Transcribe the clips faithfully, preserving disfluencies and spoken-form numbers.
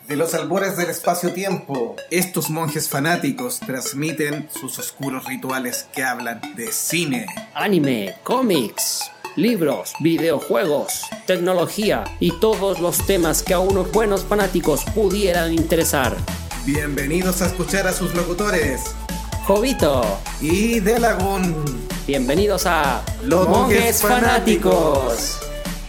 De los albores del espacio-tiempo, estos monjes fanáticos transmiten sus oscuros rituales que hablan de cine, anime, cómics, libros, videojuegos, tecnología y todos los temas que a unos buenos fanáticos pudieran interesar. Bienvenidos a escuchar a sus locutores, Jovito y Delagun. Bienvenidos a Los Monjes Fanáticos.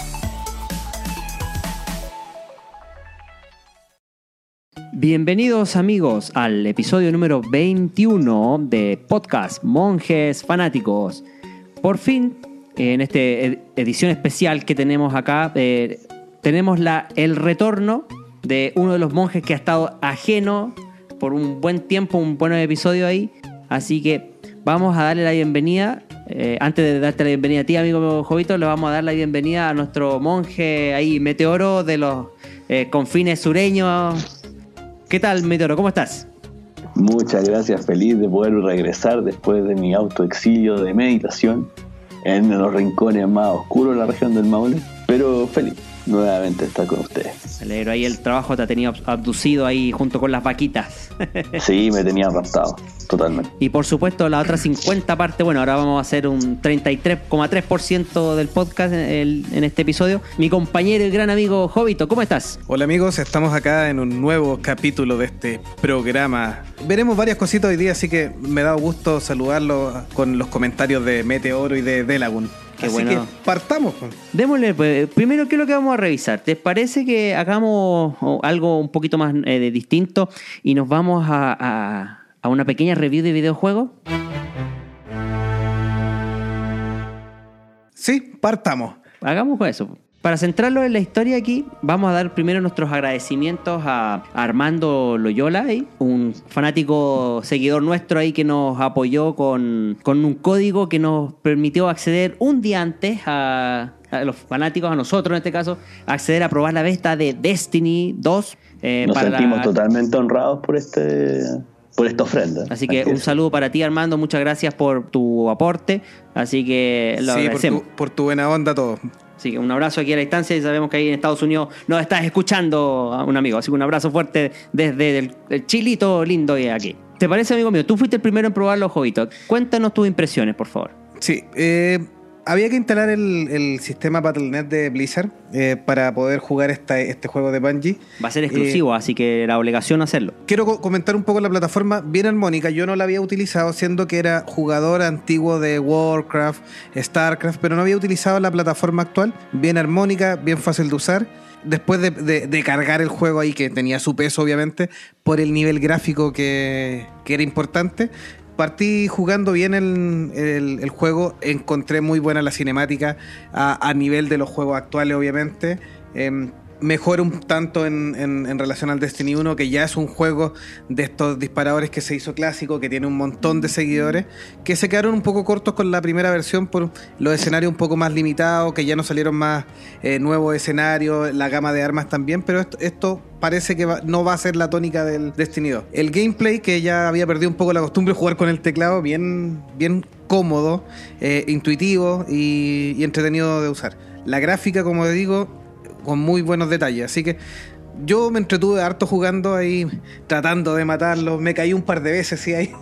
Bienvenidos amigos al episodio número veintiuno de Podcast Monjes Fanáticos. Por fin, en esta ed- edición especial que tenemos acá, eh, tenemos la, el retorno de uno de los monjes que ha estado ajeno por un buen tiempo, un buen episodio ahí. Así que vamos a darle la bienvenida. Eh, antes de darte la bienvenida a ti, amigo Jovito, le vamos a dar la bienvenida a nuestro monje ahí, Meteoro, de los eh, confines sureños. ¿Qué tal, Meteoro? ¿Cómo estás? Muchas gracias, feliz de poder regresar después de mi autoexilio de meditación en los rincones más oscuros de la región del Maule, pero feliz nuevamente de estar con ustedes. Me alegro, ahí el trabajo te ha tenido abducido ahí junto con las vaquitas. Sí, me tenía raptado, totalmente. Y por supuesto la otra cincuenta parte, bueno, ahora vamos a hacer un treinta y tres coma tres por ciento del podcast en, el, en este episodio. Mi compañero y gran amigo Jovito, ¿cómo estás? Hola amigos, estamos acá en un nuevo capítulo de este programa. Veremos varias cositas hoy día, así que me da gusto saludarlos con los comentarios de Meteoro y de Delagun. Qué Así bueno. que partamos. Démosle, pues, primero, ¿qué es lo que vamos a revisar? ¿Te parece que hagamos algo un poquito más eh, de distinto y nos vamos a, a, a una pequeña review de videojuegos? Sí, partamos. Hagamos eso. Para centrarlo en la historia aquí, vamos a dar primero nuestros agradecimientos a Armando Loyola, ¿eh? Un fanático seguidor nuestro ahí que nos apoyó con, con un código que nos permitió acceder un día antes a, a los fanáticos, a nosotros en este caso, acceder a probar la beta de Destiny dos. Eh, Nos para sentimos la... totalmente honrados por este... por esta ofrenda. Así que un saludo para ti, Armando. Muchas gracias por tu aporte. Así que lo sí, agradecemos. por tu, por tu buena onda todo. Así que un abrazo aquí a la distancia y sabemos que ahí en Estados Unidos nos estás escuchando a un amigo. Así que un abrazo fuerte desde el, el chilito lindo de aquí. ¿Te parece, amigo mío? Tú fuiste el primero en probarlo, Jovito. Cuéntanos tus impresiones, por favor. Sí, eh, había que instalar el, el sistema Battle punto net de Blizzard eh, para poder jugar esta, este juego de Bungie. Va a ser exclusivo, eh, así que la obligación hacerlo. Quiero co- comentar un poco la plataforma bien armónica. Yo no la había utilizado, siendo que era jugador antiguo de Warcraft, Starcraft, pero no había utilizado la plataforma actual. Bien armónica, bien fácil de usar. Después de, de, de cargar el juego ahí, que tenía su peso obviamente, por el nivel gráfico que, que era importante. Partí jugando bien el, el, el juego, encontré muy buena la cinemática a, a nivel de los juegos actuales, obviamente. Eh, mejor un tanto en, en, en relación al Destiny uno, que ya es un juego de estos disparadores que se hizo clásico, que tiene un montón de seguidores, que se quedaron un poco cortos con la primera versión por los escenarios un poco más limitados, que ya no salieron más eh, nuevos escenarios, la gama de armas también, pero esto, esto parece que va, no va a ser la tónica del Destiny dos. El gameplay, que ya había perdido un poco la costumbre de jugar con el teclado, bien, bien cómodo, eh, intuitivo y, y entretenido de usar. La gráfica, como digo, con muy buenos detalles, así que yo me entretuve harto jugando ahí, tratando de matarlo. Me caí un par de veces, sí, ahí,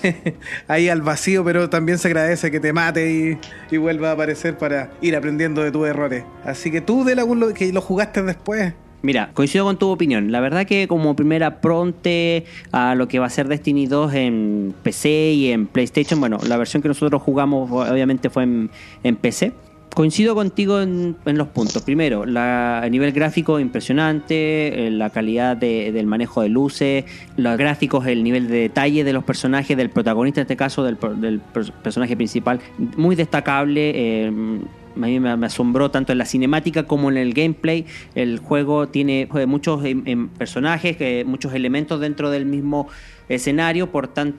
ahí al vacío, pero también se agradece que te mate y, y vuelva a aparecer para ir aprendiendo de tus errores. Así que tú, Delagun, que lo jugaste después. Mira, coincido con tu opinión. La verdad que como primera pronte a lo que va a ser Destiny dos en P C y en PlayStation, bueno, la versión que nosotros jugamos obviamente fue en, en P C. Coincido contigo en, en los puntos. Primero, la, a nivel gráfico impresionante, eh, la calidad de, del manejo de luces, los gráficos, el nivel de detalle de los personajes, del protagonista en este caso, del, del personaje principal, muy destacable. Eh, a mí me, me asombró tanto en la cinemática como en el gameplay. El juego tiene muchos eh, personajes, eh, muchos elementos dentro del mismo escenario, por tanto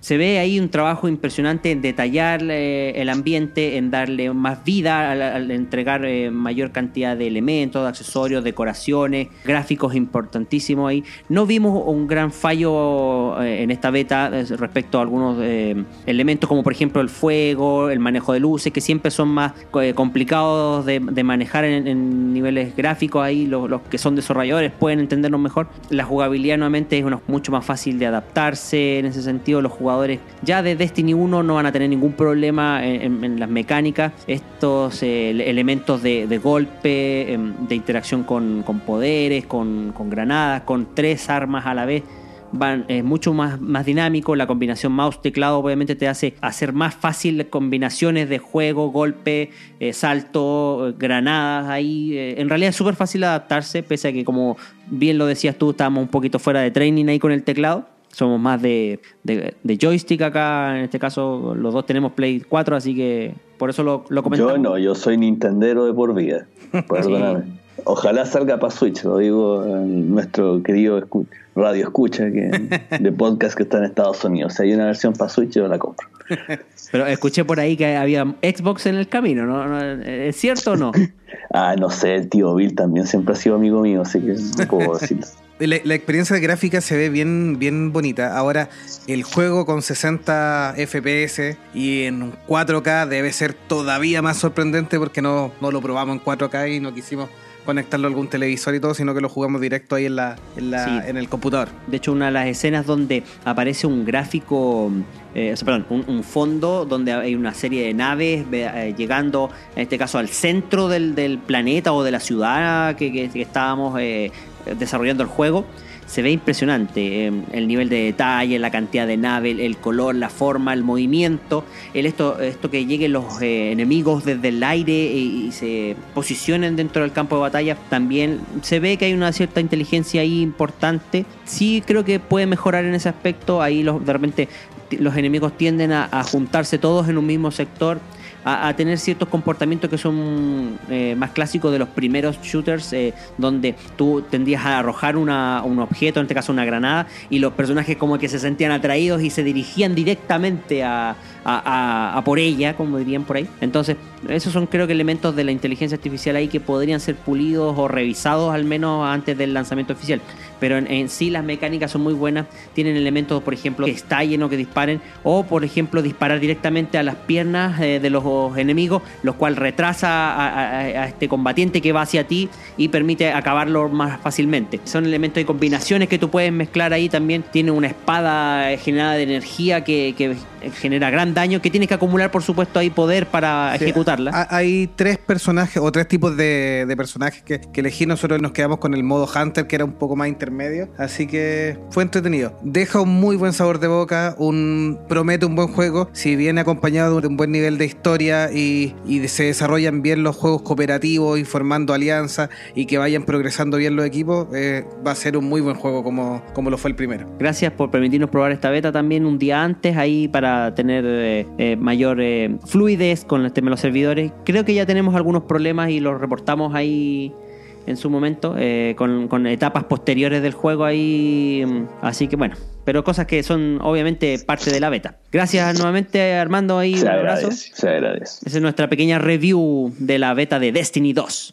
se ve ahí un trabajo impresionante en detallar eh, el ambiente, en darle más vida, al, al entregar eh, mayor cantidad de elementos, de accesorios, decoraciones, gráficos importantísimos ahí. No vimos un gran fallo eh, en esta beta eh, respecto a algunos eh, elementos como por ejemplo el fuego, el manejo de luces, que siempre son más eh, complicados de, de manejar en, en niveles gráficos. Ahí los, los que son desarrolladores pueden entenderlo mejor. La jugabilidad nuevamente es una, mucho más fácil de adaptarse. En ese sentido, los jugadores ya de Destiny uno no van a tener ningún problema en, en, en las mecánicas. Estos eh, elementos de, de golpe, eh, de interacción con, con poderes, con, con granadas, con tres armas a la vez, van, es mucho más, más dinámico. La combinación mouse-teclado obviamente te hace hacer más fácil combinaciones de juego, golpe, eh, salto, granadas ahí. Eh, en realidad es súper fácil adaptarse, pese a que, como bien lo decías tú, estábamos un poquito fuera de training ahí con el teclado. Somos más de, de, de joystick acá. En este caso los dos tenemos Play cuatro, así que por eso lo, lo comentamos. Yo no, yo soy nintendero de por vida. Perdóname. Sí. Ojalá salga para Switch, lo digo en nuestro querido escu- radio escucha que, de podcast que está en Estados Unidos. Si hay una versión para Switch, yo la compro. Pero escuché por ahí que había Xbox en el camino, ¿no? ¿No? ¿Es cierto o no? Ah, no sé, el tío Bill también siempre ha sido amigo mío, así que no puedo decirlo. La, la experiencia gráfica se ve bien, bien bonita. Ahora, el juego con sesenta F P S y en cuatro K debe ser todavía más sorprendente, porque no, no lo probamos en cuatro K y no quisimos conectarlo a algún televisor y todo, sino que lo jugamos directo ahí en la, en, la, sí. en el computador. De hecho, una de las escenas donde aparece un gráfico, eh, o sea, perdón, un, un fondo donde hay una serie de naves eh, llegando, en este caso, al centro del, del planeta o de la ciudad que, que, que estábamos eh, desarrollando el juego. Se ve impresionante eh, el nivel de detalle, la cantidad de nave, el, el color, la forma, el movimiento, el esto, esto que lleguen los eh, enemigos desde el aire y, y se posicionen dentro del campo de batalla. También se ve que hay una cierta inteligencia ahí importante. Sí, creo que puede mejorar en ese aspecto. Ahí los, de repente los enemigos tienden a, a juntarse todos en un mismo sector, a, a tener ciertos comportamientos que son eh, más clásicos de los primeros shooters, eh, donde tú tendías a arrojar una, un objeto, en este caso una granada, y los personajes como que se sentían atraídos y se dirigían directamente a, a, a, a por ella, como dirían por ahí. Entonces, esos son, creo que, elementos de la inteligencia artificial ahí que podrían ser pulidos o revisados al menos antes del lanzamiento oficial. Pero en, en sí las mecánicas son muy buenas. Tienen elementos, por ejemplo, que estallen o que disparen, o por ejemplo disparar directamente a las piernas eh, de los enemigos, lo cual retrasa a, a, a este combatiente que va hacia ti y permite acabarlo más fácilmente. Son elementos de combinaciones que tú puedes mezclar ahí. También tiene una espada generada de energía que, que genera gran daño, que tienes que acumular, por supuesto, ahí poder para sí, ejecutarla. Hay tres personajes o tres tipos de, de personajes que, que elegí. Nosotros nos quedamos con el modo Hunter, que era un poco más intermedio, así que fue entretenido. Deja un muy buen sabor de boca, un promete un buen juego, si viene acompañado de un buen nivel de historia y, y se desarrollan bien los juegos cooperativos y formando alianzas y que vayan progresando bien los equipos, eh, va a ser un muy buen juego como, como lo fue el primero. Gracias por permitirnos probar esta beta también un día antes ahí para tener eh, eh, mayor eh, fluidez con el tema de los servidores. Creo que ya tenemos algunos problemas y los reportamos ahí en su momento, eh, con, con etapas posteriores del juego ahí, así que bueno, pero cosas que son obviamente parte de la beta. Gracias nuevamente, Armando, ahí se un abrazo. Agradece, se agradece. Esa es nuestra pequeña review de la beta de Destiny dos.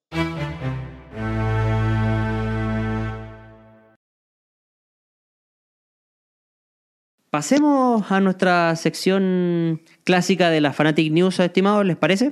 Pasemos a nuestra sección clásica de la Fanatic News, estimados, ¿les parece?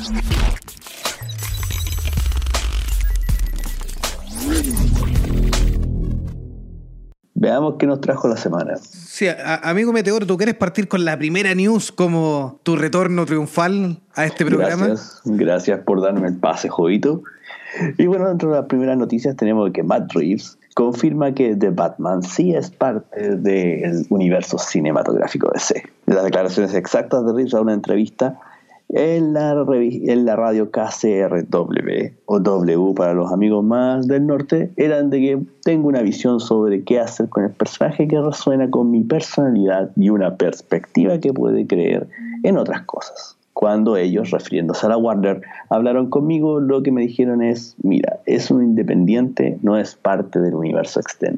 Veamos qué nos trajo la semana. Sí, a, amigo Meteor, ¿tú quieres partir con la primera news como tu retorno triunfal a este programa? Gracias, gracias por darme el pase, Jovito. Y bueno, dentro de las primeras noticias tenemos que Matt Reeves confirma que The Batman sí es parte del universo cinematográfico de D C. Las declaraciones exactas de Reeves a una entrevista en la, revi- en la radio K C R W, o W para los amigos más del norte, eran de que tengo una visión sobre qué hacer con el personaje que resuena con mi personalidad y una perspectiva que puede creer en otras cosas. Cuando ellos, refiriéndose a la Warner, hablaron conmigo, lo que me dijeron es: mira, es un independiente, no es parte del universo extendido.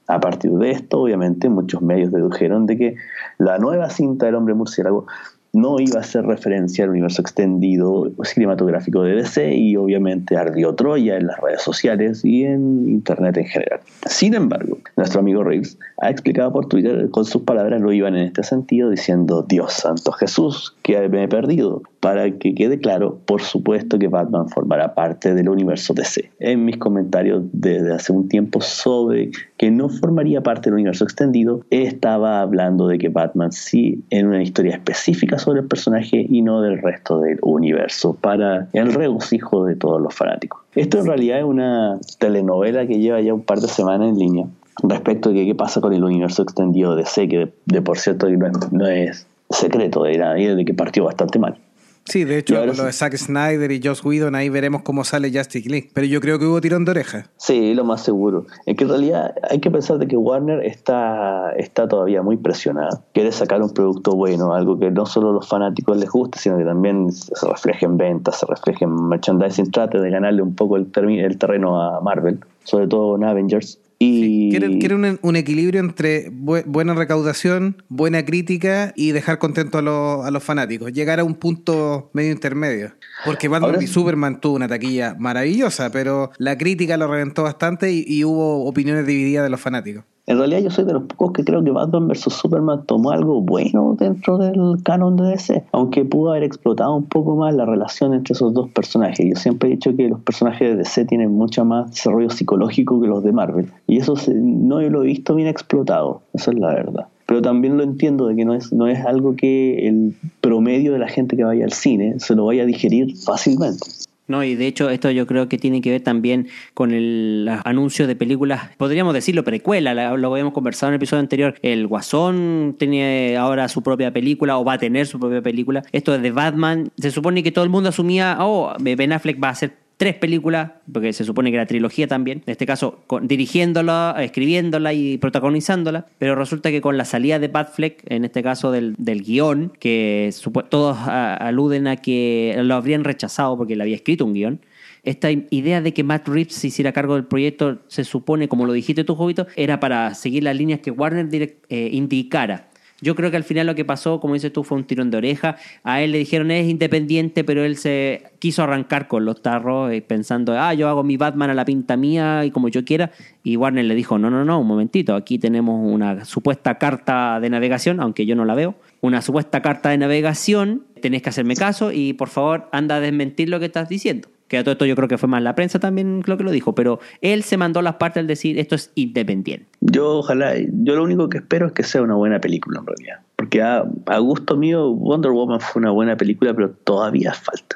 A partir de esto, obviamente, muchos medios dedujeron de que la nueva cinta del Hombre Murciélago no iba a hacer referencia al universo extendido cinematográfico de D C y obviamente ardió Troya en las redes sociales y en internet en general. Sin embargo, nuestro amigo Reeves ha explicado por Twitter, con sus palabras lo iban en este sentido, diciendo: Dios santo Jesús, que me he perdido. Para que quede claro, por supuesto que Batman formará parte del universo D C. En mis comentarios desde hace un tiempo sobre que no formaría parte del universo extendido, estaba hablando de que Batman sí en una historia específica sobre el personaje y no del resto del universo, para el regocijo de todos los fanáticos. Esto en realidad es una telenovela que lleva ya un par de semanas en línea respecto de que qué pasa con el universo extendido de D C, que de, de por cierto no es, no es secreto de nadie, de que partió bastante mal. Sí, de hecho, lo sí. de Zack Snyder y Joss Whedon, ahí veremos cómo sale Justice League. Pero yo creo que hubo tirón de oreja. Sí, lo más seguro. Es que en realidad hay que pensar de que Warner está, está todavía muy presionada. Quiere sacar un producto bueno, algo que no solo a los fanáticos les guste, sino que también se refleje en ventas, se refleje en merchandising. Trate de ganarle un poco el, termi- el terreno a Marvel, sobre todo en Avengers. Y... Sí, quiere, quiere un, un equilibrio entre bu- buena recaudación, buena crítica y dejar contento a los, a los fanáticos. Llegar a un punto medio intermedio. Porque Batman v Superman tuvo una taquilla maravillosa, pero la crítica lo reventó bastante y, y hubo opiniones divididas de los fanáticos. En realidad yo soy de los pocos que creo que Batman versus Superman tomó algo bueno dentro del canon de D C, aunque pudo haber explotado un poco más la relación entre esos dos personajes. Yo siempre he dicho que los personajes de D C tienen mucho más desarrollo psicológico que los de Marvel, y eso se, no lo he visto bien explotado, eso es la verdad. Pero también lo entiendo de que no es, no es algo que el promedio de la gente que vaya al cine se lo vaya a digerir fácilmente. No, y de hecho esto yo creo que tiene que ver también con el anuncio de películas, podríamos decirlo precuela, lo habíamos conversado en el episodio anterior. El Guasón tiene ahora su propia película o va a tener su propia película. Esto de Batman, se supone que todo el mundo asumía, oh, Ben Affleck va a hacer tres películas, porque se supone que era trilogía también, en este caso con, dirigiéndola, escribiéndola y protagonizándola, pero resulta que con la salida de Batfleck, en este caso del, del guión, que supo, todos a, aluden a que lo habrían rechazado porque él había escrito un guión, esta idea de que Matt Reeves se hiciera cargo del proyecto, se supone, como lo dijiste tú, Jovito, era para seguir las líneas que Warner direct, eh, indicara. Yo creo que al final lo que pasó, como dices tú, fue un tirón de oreja. A él le dijeron, es independiente, pero él se quiso arrancar con los tarros eh, pensando, ah, yo hago mi Batman a la pinta mía y como yo quiera. Y Warner le dijo, no, no, no, un momentito, aquí tenemos una supuesta carta de navegación, aunque yo no la veo, una supuesta carta de navegación, tenés que hacerme caso y por favor anda a desmentir lo que estás diciendo. Que a todo esto yo creo que fue más la prensa también lo que lo dijo, pero él se mandó las partes al decir esto es independiente. Yo ojalá, yo lo único que espero es que sea una buena película en realidad, porque a, a gusto mío Wonder Woman fue una buena película, pero todavía falta.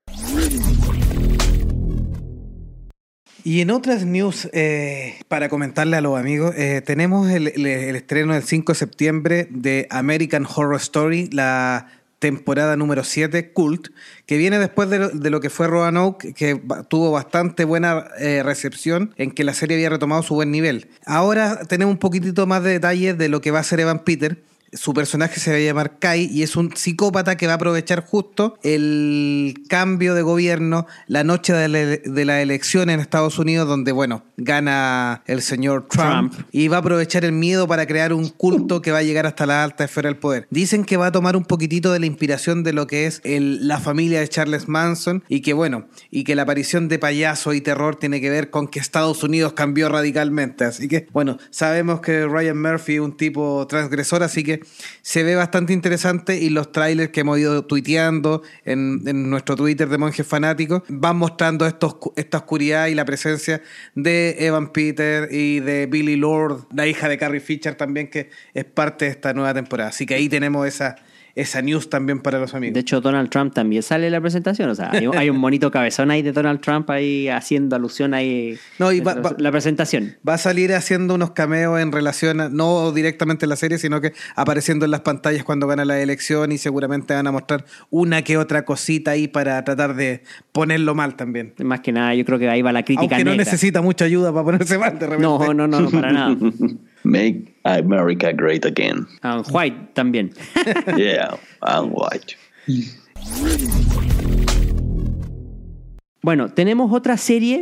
Y en otras news, eh, para comentarle a los amigos, eh, tenemos el, el, el estreno del cinco de septiembre de American Horror Story, la temporada número siete, Cult, que viene después de lo, de lo que fue Roanoke, que tuvo bastante buena eh, recepción, en que la serie había retomado su buen nivel. Ahora tenemos un poquitito más de detalles de lo que va a ser Evan Peters. Su personaje se va a llamar Kai y es un psicópata que va a aprovechar justo el cambio de gobierno, la noche de la, de la elección en Estados Unidos, donde, bueno, gana el señor Trump, Trump y va a aprovechar el miedo para crear un culto que va a llegar hasta la alta esfera del poder. Dicen que va a tomar un poquitito de la inspiración de lo que es el, la familia de Charles Manson y que, bueno, y que la aparición de payaso y terror tiene que ver con que Estados Unidos cambió radicalmente. Así que, bueno, sabemos que Ryan Murphy es un tipo transgresor, así que se ve bastante interesante y los trailers que hemos ido tuiteando en, en nuestro Twitter de Monjes Fanáticos van mostrando estos, esta oscuridad y la presencia de Evan Peters y de Billy Lord, la hija de Carrie Fisher también, que es parte de esta nueva temporada. Así que ahí tenemos esa... esa news también para los amigos. De hecho, Donald Trump también sale en la presentación. O sea, hay un, hay un bonito cabezón ahí de Donald Trump ahí haciendo alusión ahí no, y a va, va, la presentación. Va a salir haciendo unos cameos en relación a, no directamente en la serie, sino que apareciendo en las pantallas cuando gana la elección y seguramente van a mostrar una que otra cosita ahí para tratar de ponerlo mal también. Más que nada, yo creo que ahí va la crítica Aunque no negra. necesita mucha ayuda para ponerse mal de repente. No, no, no, no para nada. Make America great again. And white también. Yeah, and white. Bueno, tenemos otra serie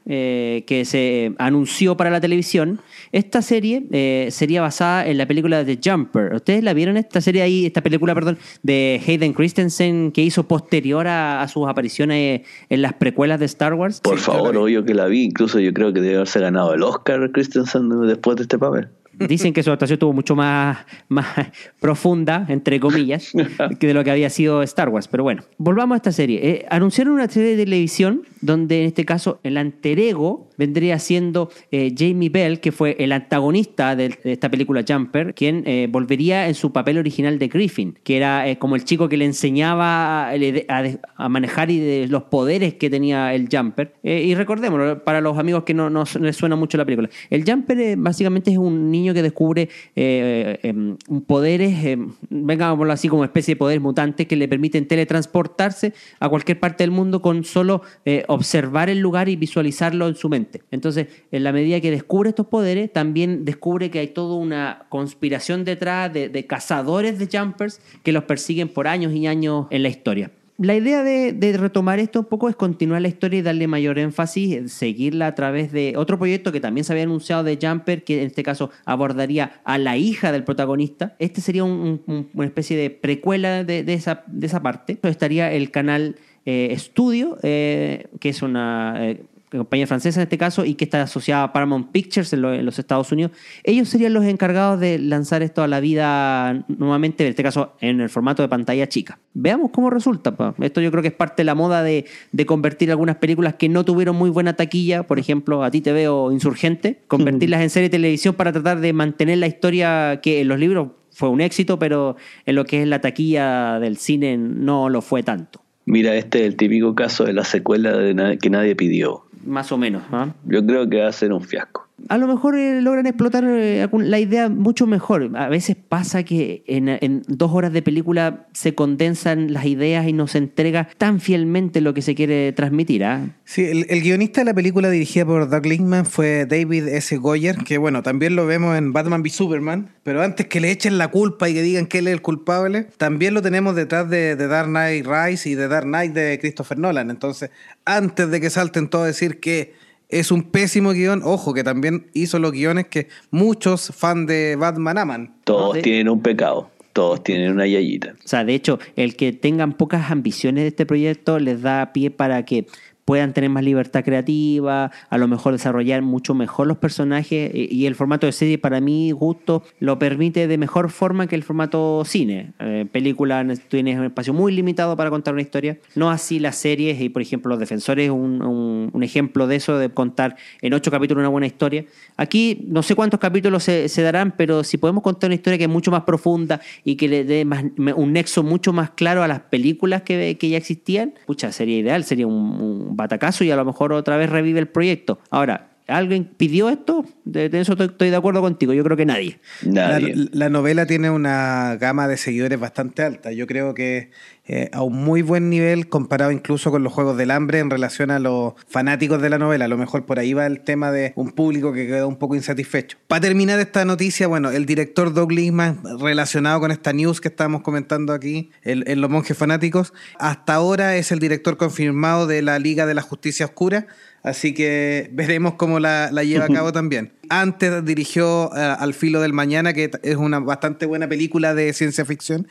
eh, que se anunció para la televisión, esta serie eh, sería basada en la película de Jumper. ¿Ustedes la vieron esta serie ahí, esta película, perdón, de Hayden Christensen que hizo posterior a, a sus apariciones en las precuelas de Star Wars? Por Sí, favor, claro. obvio que la vi. Incluso yo creo que debe haberse ganado el Oscar Christensen después de este papel. Dicen que su actuación estuvo mucho más, más profunda, entre comillas, que de lo que había sido Star Wars. Pero bueno, volvamos a esta serie. Eh, anunciaron una serie de televisión donde en este caso el alter ego vendría siendo eh, Jamie Bell, que fue el antagonista de, de esta película Jumper, quien eh, volvería en su papel original de Griffin, que era eh, como el chico que le enseñaba a, a, a manejar y de los poderes que tenía el Jumper. Eh, y recordémoslo, para los amigos que no, no les suena mucho la película, el Jumper eh, básicamente es un niño que descubre eh, eh, poderes, eh, vengámoslo así, como especie de poderes mutantes que le permiten teletransportarse a cualquier parte del mundo con solo eh, observar el lugar y visualizarlo en su mente. Entonces, en la medida que descubre estos poderes, también descubre que hay toda una conspiración detrás de, de cazadores de Jumpers que los persiguen por años y años en la historia. La idea de, de retomar esto un poco es continuar la historia y darle mayor énfasis, seguirla a través de otro proyecto que también se había anunciado de Jumper, que en este caso abordaría a la hija del protagonista. Este sería un, un, una especie de precuela de, de, esa, de esa parte. Estaría el canal eh, Studio, eh, que es una... Eh, compañía francesa en este caso, y que está asociada a Paramount Pictures en, lo, en los Estados Unidos. Ellos serían los encargados de lanzar esto a la vida nuevamente, en este caso en el formato de pantalla chica. Veamos cómo resulta. Pa. Esto yo creo que es parte de la moda de, de convertir algunas películas que no tuvieron muy buena taquilla, por ejemplo, A ti te veo Insurgente, convertirlas en serie de televisión para tratar de mantener la historia que en los libros fue un éxito, pero en lo que es la taquilla del cine no lo fue tanto. Mira, este es el típico caso de la secuela de na- que nadie pidió. Más o menos, ¿no? Yo creo que va a ser un fiasco. A lo mejor eh, logran explotar eh, la idea mucho mejor. A veces pasa que en, en dos horas de película se condensan las ideas y no se entrega tan fielmente lo que se quiere transmitir. ¿eh? Sí, el, el guionista de la película dirigida por Doug Linkman fue David S. Goyer, que bueno, también lo vemos en Batman v Superman, pero antes que le echen la culpa y que digan que él es el culpable, también lo tenemos detrás de, de Dark Knight Rise y de Dark Knight de Christopher Nolan. Entonces, antes de que salten todos a decir que es un pésimo guión, ojo, que también hizo los guiones que muchos fans de Batman aman. Todos No, de- tienen un pecado, todos tienen una yayita. O sea, de hecho, el que tengan pocas ambiciones de este proyecto les da pie para que puedan tener más libertad creativa, a lo mejor desarrollar mucho mejor los personajes, y el formato de serie para mí gusto lo permite de mejor forma que el formato cine. Eh, película tienes un espacio muy limitado para contar una historia, no así las series, y por ejemplo Los Defensores es un, un, un ejemplo de eso, de contar en ocho capítulos una buena historia. Aquí no sé cuántos capítulos se, se darán, pero si podemos contar una historia que es mucho más profunda y que le dé más, un nexo mucho más claro a las películas que, que ya existían, pucha, sería ideal, sería un, un batacazo y a lo mejor otra vez revive el proyecto. Ahora, ¿alguien pidió esto? De, de eso estoy, estoy de acuerdo contigo, yo creo que nadie. Nadie. La, la novela tiene una gama de seguidores bastante alta. Yo creo que eh, a un muy buen nivel comparado incluso con los Juegos del Hambre en relación a los fanáticos de la novela. A lo mejor por ahí va el tema de un público que quedó un poco insatisfecho. Para terminar esta noticia, bueno, el director Doug Linkman, relacionado con esta news que estábamos comentando aquí en, en Los Monjes Fanáticos, hasta ahora es el director confirmado de la Liga de la Justicia Oscura. Así que veremos cómo la, la lleva a cabo también. Antes dirigió uh, Al Filo del Mañana, que es una bastante buena película de ciencia ficción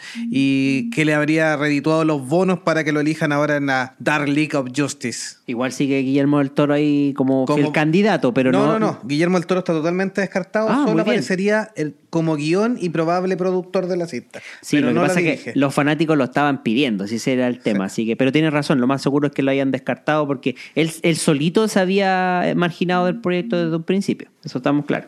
y que le habría redituado los bonos para que lo elijan ahora en la Dark League of Justice. Igual sigue Guillermo del Toro ahí como, Como- el candidato, pero no... no, no, no. Guillermo del Toro está totalmente descartado. Ah, muy Solo bien. aparecería el, como guión y probable productor de la cinta. Sí, pero lo que no la pasa es dirige. que los fanáticos lo estaban pidiendo, si ese era el tema. Así que, pero tienes razón, lo más seguro es que lo hayan descartado porque él, él solito se había marginado del proyecto desde un principio. Eso estamos claros.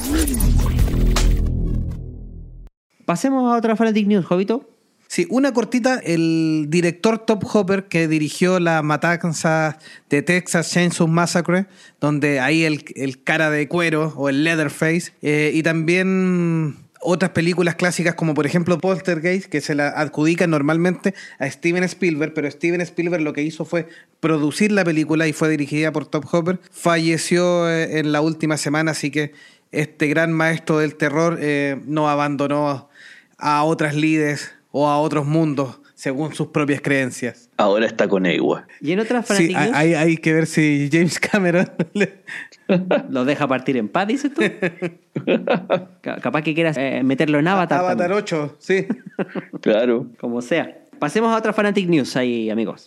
Pasemos a otra Fanatic News, Jovito. Sí, una cortita. El director Top Hopper, que dirigió la matanza de Texas Chainsaw Massacre, donde ahí el, el cara de cuero o el Leatherface, eh, y también otras películas clásicas como por ejemplo Poltergeist, que se la adjudican normalmente a Steven Spielberg, pero Steven Spielberg lo que hizo fue producir la película y fue dirigida por Top Hopper. Falleció eh, en la última semana, así que este gran maestro del terror eh, no abandonó a otras lides o a otros mundos, según sus propias creencias. Ahora está con Ewa. Y en otras Sí, Fanatic News, hay, hay que ver si James Cameron le- ¿lo deja partir en paz, dices tú? Ca- Capaz que quieras eh, meterlo en Avatar. Avatar también. ocho, sí. Claro. Como sea. Pasemos a otra Fanatic News ahí, amigos.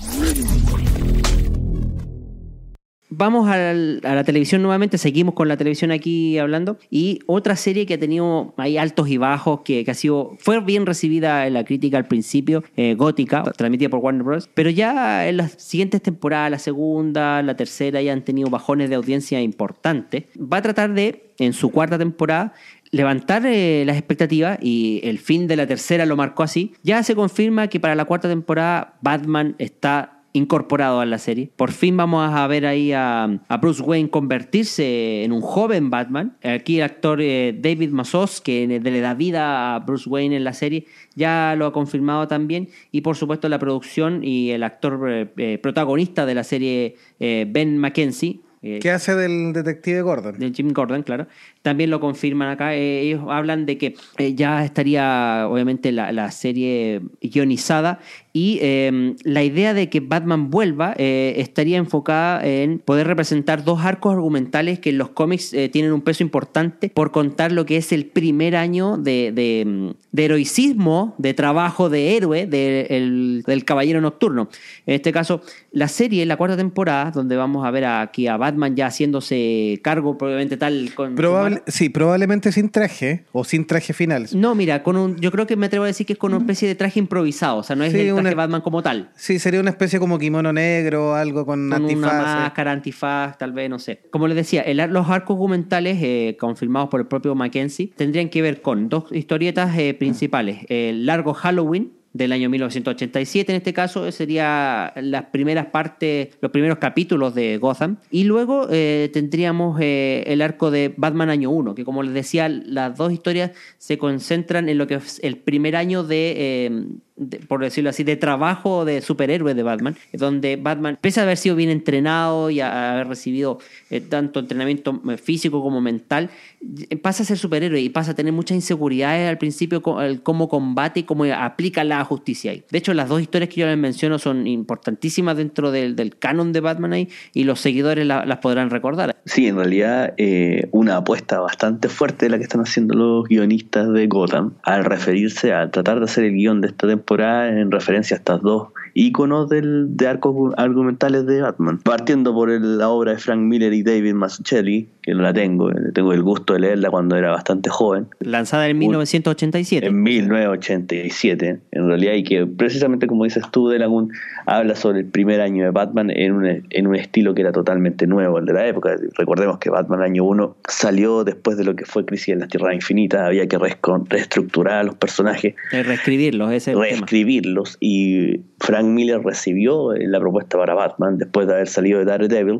Vamos al- a la televisión nuevamente, seguimos con la televisión aquí hablando. Y otra serie que ha tenido ahí altos y bajos, que, que ha sido, fue bien recibida en la crítica al principio, eh, Gótica, transmitida por Warner Bros. Pero ya en las siguientes temporadas, la segunda, la tercera, ya han tenido bajones de audiencia importantes. Va a tratar de, en su cuarta temporada, levantar eh, las expectativas, y el fin de la tercera lo marcó así. Ya se confirma que para la cuarta temporada Batman está incorporado a la serie. Por fin vamos a ver ahí a, a Bruce Wayne convertirse en un joven Batman. Aquí el actor eh, David Mazouz, que le da vida a Bruce Wayne en la serie, ya lo ha confirmado también. Y por supuesto la producción y el actor eh, eh, protagonista de la serie, eh, Ben McKenzie, eh, ¿Qué hace del detective Gordon? de Jim Gordon, claro, también lo confirman acá. Eh, ellos hablan de que eh, ya estaría obviamente la, la serie guionizada, y eh, la idea de que Batman vuelva eh, estaría enfocada en poder representar dos arcos argumentales que en los cómics eh, tienen un peso importante, por contar lo que es el primer año de, de, de heroicismo, de trabajo de héroe de, el, del Caballero Nocturno. En este caso, la serie, la cuarta temporada, donde vamos a ver aquí a Batman ya haciéndose cargo, probablemente tal con Probable, sí, probablemente sin traje o sin traje final. No, mira, con un, yo creo que me atrevo a decir que es con una especie de traje improvisado, o sea, no es Sí, el traje una- Batman como tal. Sí, sería una especie como kimono negro, algo con, Con antifaz. una eh. máscara, antifaz, tal vez, no sé. Como les decía, el ar- los arcos documentales eh, confirmados por el propio Mackenzie tendrían que ver con dos historietas eh, principales. El largo Halloween, del año mil novecientos ochenta y siete, en este caso, sería las primeras partes, los primeros capítulos de Gotham. Y luego eh, tendríamos eh, el arco de Batman Año uno, que como les decía, las dos historias se concentran en lo que es el primer año de... Eh, de, por decirlo así, de trabajo de superhéroe de Batman, donde Batman, pese a haber sido bien entrenado y a haber recibido eh, tanto entrenamiento físico como mental, pasa a ser superhéroe y pasa a tener muchas inseguridades al principio, cómo combate y cómo aplica la justicia ahí. De hecho, las dos historias que yo les menciono son importantísimas dentro del, del canon de Batman ahí, y los seguidores la, las podrán recordar. Sí, en realidad eh, una apuesta bastante fuerte de la que están haciendo los guionistas de Gotham al referirse a tratar de hacer el guión de esta temporada en referencia a estas dos íconos del, de arcos argumentales de Batman, partiendo por el, la obra de Frank Miller y David Mazzucchelli, que no la tengo, tengo el gusto de leerla cuando era bastante joven, lanzada en mil novecientos ochenta y siete. En mil novecientos ochenta y siete, en realidad, y que precisamente como dices tú, De Lagun habla sobre el primer año de Batman en un, en un estilo que era totalmente nuevo, el de la época. Recordemos que Batman año uno salió después de lo que fue Crisis en las Tierras Infinitas, había que reestructurar a los personajes, eh, reescribirlos, ese es el reescribirlos, y Frank Miller recibió la propuesta para Batman después de haber salido de Daredevil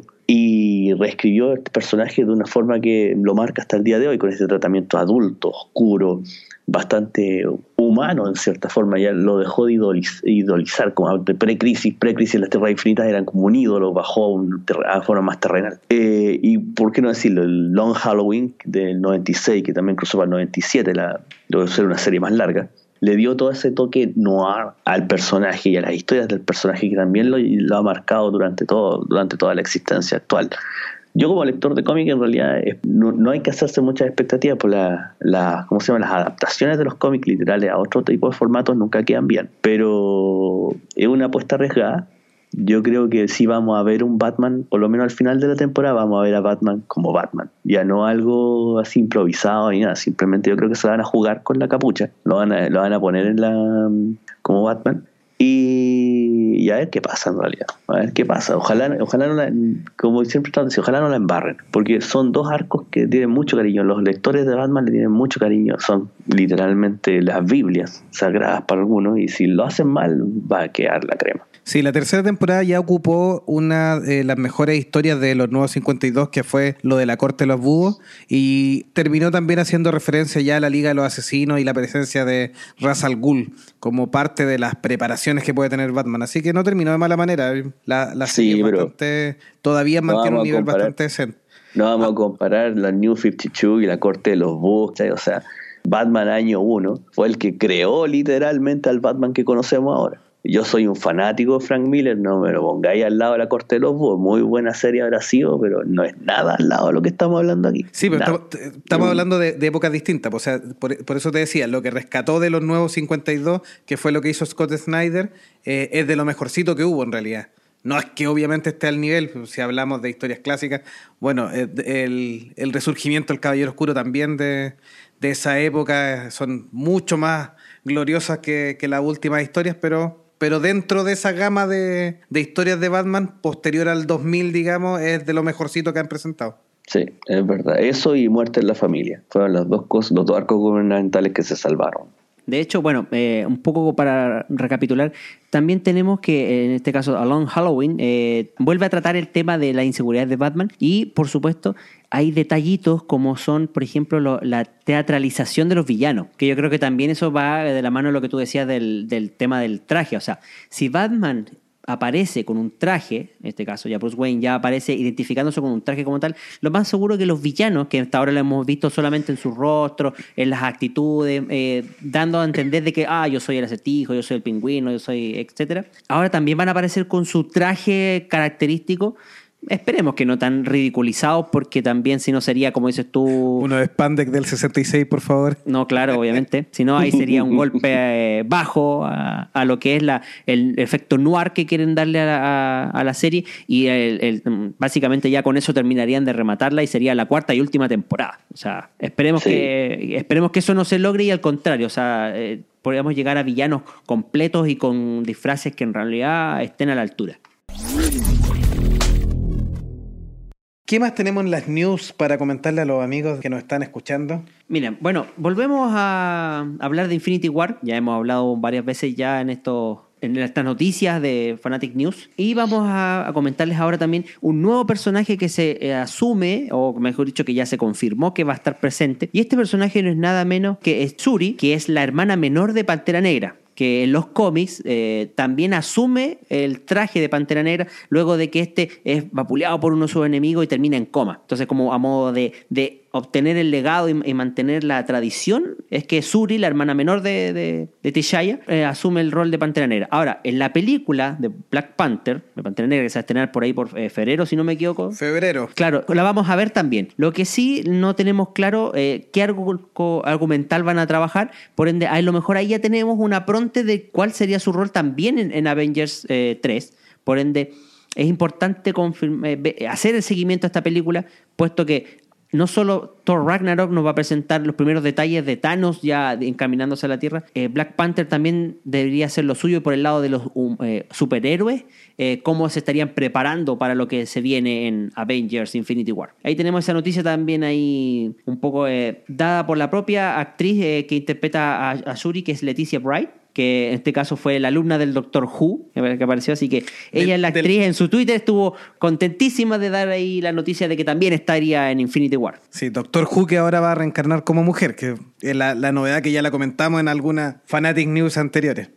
y reescribió este personaje de una forma que lo marca hasta el día de hoy, con ese tratamiento adulto, oscuro, bastante humano en cierta forma. Ya lo dejó de idoliz- idolizar como de pre-crisis, pre-crisis en las Tierras Infinitas eran como un ídolo, bajó un ter- a forma más terrenal. Eh, y por qué no decirlo, el Long Halloween del noventa y seis, que también cruzó para el noventa y siete, la, debe ser una serie más larga, le dio todo ese toque noir al personaje y a las historias del personaje, que también lo, lo ha marcado durante todo durante toda la existencia actual. Yo como lector de cómic, en realidad es, no, no hay que hacerse muchas expectativas por la, la, ¿cómo se llama? Las adaptaciones de los cómics literales a otro tipo de formatos nunca quedan bien, pero es una apuesta arriesgada. Yo creo que sí vamos a ver un Batman, por lo menos al final de la temporada vamos a ver a Batman como Batman, ya no algo así improvisado ni nada. Simplemente yo creo que se van a jugar con la capucha, lo van a, lo van a poner en la como Batman, y, y a ver qué pasa en realidad, a ver qué pasa. Ojalá, ojalá no la, como siempre estamos diciendo, ojalá no la embarren, porque son dos arcos que tienen mucho cariño. Los lectores de Batman le tienen mucho cariño, son literalmente las Biblias sagradas para algunos, y si lo hacen mal va a quedar la crema. Sí, la tercera temporada ya ocupó una de las mejores historias de los Nuevos cincuenta y dos, que fue lo de la Corte de los Búhos, y terminó también haciendo referencia ya a la Liga de los Asesinos y la presencia de Ra's al Ghul como parte de las preparaciones que puede tener Batman. Así que no terminó de mala manera. La, la serie Sí, es pero bastante, todavía no mantiene un vamos a nivel comparar. bastante decente. No vamos a comparar la New cincuenta y dos y la Corte de los Búhos, ¿sí? O sea, Batman año uno, fue el que creó literalmente al Batman que conocemos ahora. Yo soy un fanático de Frank Miller, no me lo pongáis al lado de La Corte de los Búhos, muy buena serie habrá sido, pero no es nada al lado de lo que estamos hablando aquí. Sí, pero Nada. estamos, estamos hablando de, de épocas distintas, o sea, por, por eso te decía, lo que rescató de los nuevos cincuenta y dos, que fue lo que hizo Scott Snyder, eh, es de lo mejorcito que hubo en realidad. No es que obviamente esté al nivel, si hablamos de historias clásicas, bueno, el, el resurgimiento del Caballero Oscuro también de, de esa época son mucho más gloriosas que, que las últimas historias, pero... pero dentro de esa gama de, de historias de Batman, posterior al dos mil, digamos, es de lo mejorcito que han presentado. Sí, es verdad. Eso y Muerte en la Familia. Fueron las dos cosas, los dos arcos gubernamentales que se salvaron. De hecho, bueno, eh, un poco para recapitular, también tenemos que, en este caso, Along Halloween, eh, vuelve a tratar el tema de la inseguridad de Batman y, por supuesto, hay detallitos como son, por ejemplo, lo, la teatralización de los villanos, que yo creo que también eso va de la mano de lo que tú decías del, del tema del traje. O sea, si Batman aparece con un traje, en este caso ya Bruce Wayne ya aparece identificándose con un traje como tal, lo más seguro es que los villanos, que hasta ahora lo hemos visto solamente en su rostro, en las actitudes, eh, dando a entender de que, ah, yo soy el Acertijo, yo soy el Pingüino, yo soy, etcétera, ahora también van a aparecer con su traje característico. Esperemos que no tan ridiculizados, porque también si no sería, como dices tú... Uno de Spandex del sesenta y seis, por favor. No, claro, obviamente. Si no, ahí sería un golpe eh, bajo a, a lo que es la, el efecto noir que quieren darle a, a, a la serie. Y el, el, básicamente ya con eso terminarían de rematarla y sería la cuarta y última temporada. O sea, esperemos, sí. que, esperemos que eso no se logre y al contrario, o sea, eh, podríamos llegar a villanos completos y con disfraces que en realidad estén a la altura. ¿Qué más tenemos en las news para comentarle a los amigos que nos están escuchando? Miren, bueno, volvemos a hablar de Infinity War. Ya hemos hablado varias veces ya en estos, en estas noticias de Fanatic News. Y vamos a, a comentarles ahora también un nuevo personaje que se eh, asume, o mejor dicho, que ya se confirmó que va a estar presente. Y este personaje no es nada menos que Shuri, que es la hermana menor de Pantera Negra, que en los cómics eh, también asume el traje de Pantera Negra luego de que este es vapuleado por uno de sus enemigos y termina en coma. Entonces, como a modo de, de obtener el legado y, y mantener la tradición, es que Shuri, la hermana menor de, de, de T'Challa, eh, asume el rol de Pantera Negra. Ahora, en la película de Black Panther, de Pantera Negra, que se va a estrenar por ahí por eh, febrero, si no me equivoco. Febrero. Claro, la vamos a ver también. Lo que sí no tenemos claro eh, qué argu- argumental van a trabajar, por ende, a lo mejor ahí ya tenemos una pronte de cuál sería su rol también en, en Avengers eh, tres. Por ende, es importante confirmar, eh, hacer el seguimiento a esta película, puesto que no solo Thor Ragnarok nos va a presentar los primeros detalles de Thanos ya encaminándose a la Tierra, eh, Black Panther también debería hacer lo suyo por el lado de los um, eh, superhéroes, eh, cómo se estarían preparando para lo que se viene en Avengers Infinity War. Ahí tenemos esa noticia también ahí un poco eh, dada por la propia actriz eh, que interpreta a, a Shuri, que es Leticia Wright, que en este caso fue la alumna del Doctor Who, que apareció, así que ella, del, la actriz, del... en su Twitter estuvo contentísima de dar ahí la noticia de que también estaría en Infinity War. Sí, Doctor Who, que ahora va a reencarnar como mujer, que es la, la novedad que ya la comentamos en algunas Fanatic News anteriores.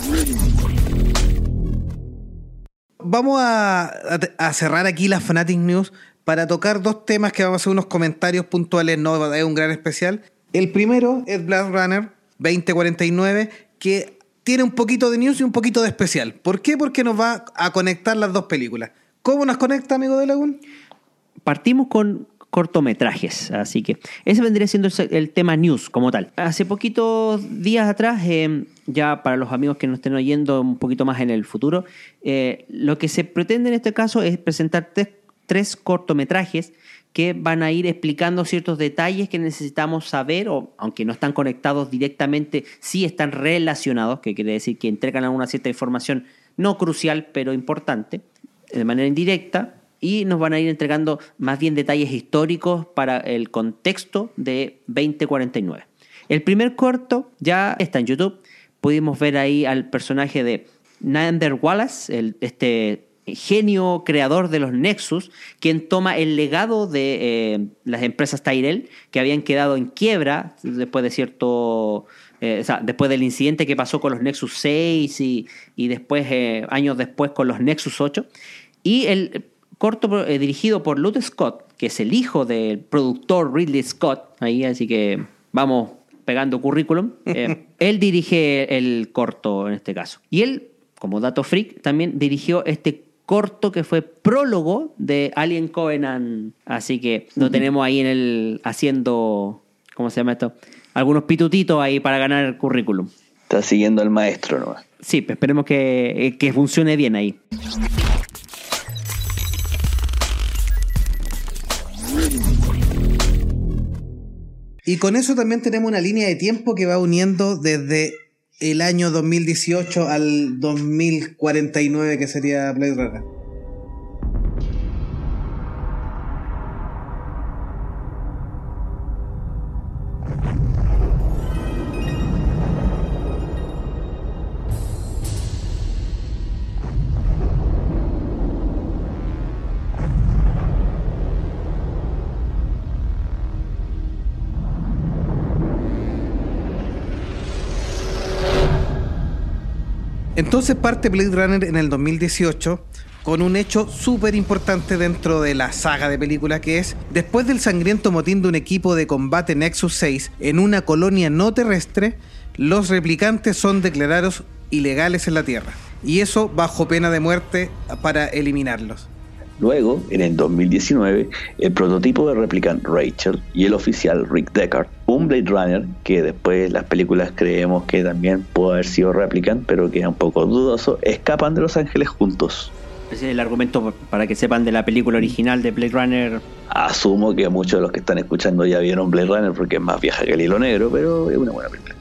Vamos a, a, a cerrar aquí las Fanatic News para tocar dos temas que vamos a hacer unos comentarios puntuales, no es un gran especial. El primero es Blade Runner veinte cuarenta y nueve, que tiene un poquito de news y un poquito de especial. ¿Por qué? Porque nos va a conectar las dos películas. ¿Cómo nos conecta, amigo de Lagún? Partimos con cortometrajes, así que ese vendría siendo el tema news como tal. Hace poquitos días atrás, eh, ya para los amigos que nos estén oyendo un poquito más en el futuro, eh, lo que se pretende en este caso es presentar tres, tres cortometrajes que van a ir explicando ciertos detalles que necesitamos saber, o aunque no están conectados directamente, sí están relacionados, que quiere decir que entregan alguna cierta información no crucial, pero importante, de manera indirecta, y nos van a ir entregando más bien detalles históricos para el contexto de veinte cuarenta y nueve. El primer corto ya está en YouTube. Pudimos ver ahí al personaje de Nander Wallace, el, este genio creador de los Nexus, quien toma el legado de eh, las empresas Tyrell, que habían quedado en quiebra después de cierto... Eh, o sea, después del incidente que pasó con los Nexus seis y, y después, eh, años después, con los Nexus ocho. Y el corto eh, dirigido por Lute Scott, que es el hijo del productor Ridley Scott, ahí, así que vamos pegando currículum. Eh, él dirige el corto en este caso. Y él, como dato freak, también dirigió este corto que fue prólogo de Alien Covenant. Así que lo tenemos ahí en el haciendo, ¿cómo se llama esto? Algunos pitutitos ahí para ganar el currículum. Está siguiendo al maestro nomás. Sí, pues esperemos que, que funcione bien ahí. Y con eso también tenemos una línea de tiempo que va uniendo desde el año dos mil dieciocho al dos mil cuarenta y nueve, que sería Blade Runner. Entonces parte Blade Runner en el dos mil dieciocho con un hecho súper importante dentro de la saga de películas, que es: después del sangriento motín de un equipo de combate Nexus seis en una colonia no terrestre, los replicantes son declarados ilegales en la Tierra, y eso bajo pena de muerte para eliminarlos. Luego, en el dos mil diecinueve, el prototipo de Replicant Rachel y el oficial Rick Deckard, un Blade Runner que después las películas creemos que también pudo haber sido Replicant, pero que es un poco dudoso, escapan de Los Ángeles juntos. Ese es el argumento para que sepan de la película original de Blade Runner. Asumo que muchos de los que están escuchando ya vieron Blade Runner porque es más vieja que el hilo negro, pero es una buena película.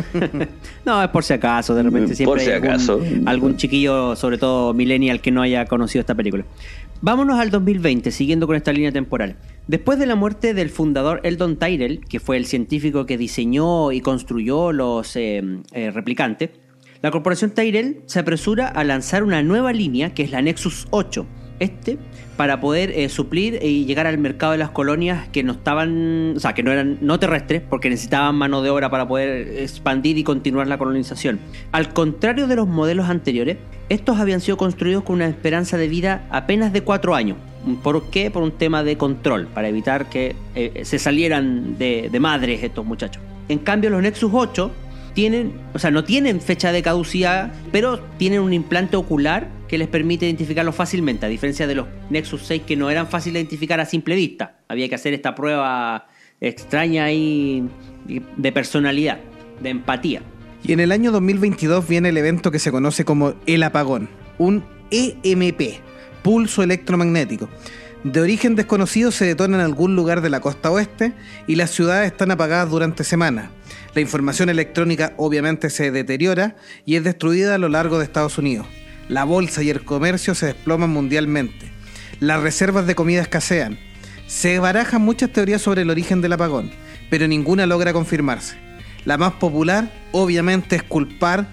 No, es por si acaso, de repente siempre por si hay algún, acaso. algún chiquillo, sobre todo millennial, que no haya conocido esta película. Vámonos al dos mil veinte, siguiendo con esta línea temporal. Después de la muerte del fundador Eldon Tyrell, que fue el científico que diseñó y construyó los eh, eh, replicantes, la corporación Tyrell se apresura a lanzar una nueva línea, que es la Nexus ocho. Este, para poder eh, suplir y llegar al mercado de las colonias que no estaban, o sea, que no eran no terrestres, porque necesitaban mano de obra para poder expandir y continuar la colonización. Al contrario de los modelos anteriores, estos habían sido construidos con una esperanza de vida apenas de cuatro años. ¿Por qué? Por un tema de control, para evitar que eh, se salieran de, de madres estos muchachos. En cambio, los Nexus ocho tienen, o sea, no tienen fecha de caducidad, pero tienen un implante ocular que les permite identificarlos fácilmente, a diferencia de los Nexus seis, que no eran fáciles de identificar a simple vista. Había que hacer esta prueba extraña y de personalidad, de empatía. Y en el año dos mil veintidós viene el evento que se conoce como el apagón, un E M P, pulso electromagnético. De origen desconocido, se detona en algún lugar de la costa oeste y las ciudades están apagadas durante semanas. La información electrónica obviamente se deteriora y es destruida a lo largo de Estados Unidos. La bolsa y el comercio se desploman mundialmente. Las reservas de comida escasean. Se barajan muchas teorías sobre el origen del apagón, pero ninguna logra confirmarse. La más popular, obviamente, es culpar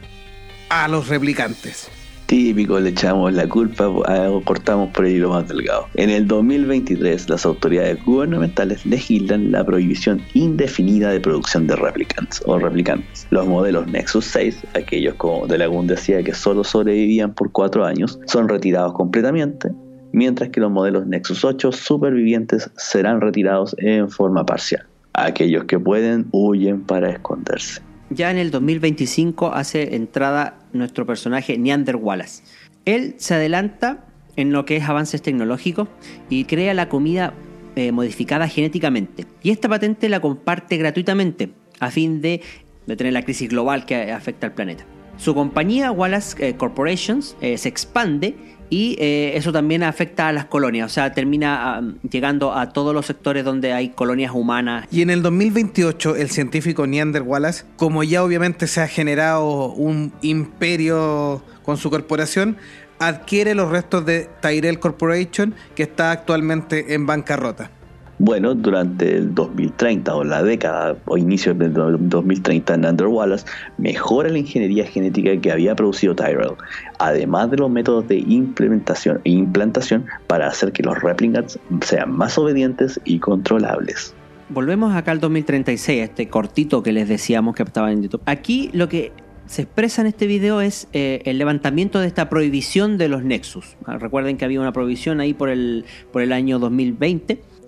a los replicantes. Típico, le echamos la culpa, o cortamos por el hilo más delgado. En el dos mil veintitrés, las autoridades gubernamentales legislan la prohibición indefinida de producción de replicants o replicantes. Los modelos Nexus seis, aquellos como Delagun decía que solo sobrevivían por cuatro años, son retirados completamente, mientras que los modelos Nexus ocho supervivientes serán retirados en forma parcial. Aquellos que pueden huyen para esconderse. Ya en el dos mil veinticinco hace entrada nuestro personaje Neander Wallace. Él se adelanta en lo que es avances tecnológicos y crea la comida eh, modificada genéticamente. Y esta patente la comparte gratuitamente a fin de detener la crisis global que afecta al planeta. Su compañía, Wallace eh, Corporations, eh, se expande y eh, eso también afecta a las colonias, o sea, termina um, llegando a todos los sectores donde hay colonias humanas. Y en el dos mil veintiocho, el científico Neander Wallace, como ya obviamente se ha generado un imperio con su corporación, adquiere los restos de Tyrell Corporation, que está actualmente en bancarrota. Bueno, durante el dos mil treinta o la década o inicio del dos mil treinta, Neander Wallace mejora la ingeniería genética que había producido Tyrell, además de los métodos de implementación e implantación para hacer que los replicants sean más obedientes y controlables. Volvemos acá al dos mil treinta y seis, este cortito que les decíamos que estaba en YouTube. Aquí lo que se expresa en este video es eh, el levantamiento de esta prohibición de los Nexus. Recuerden que había una prohibición ahí por el, por el año dos mil veinte y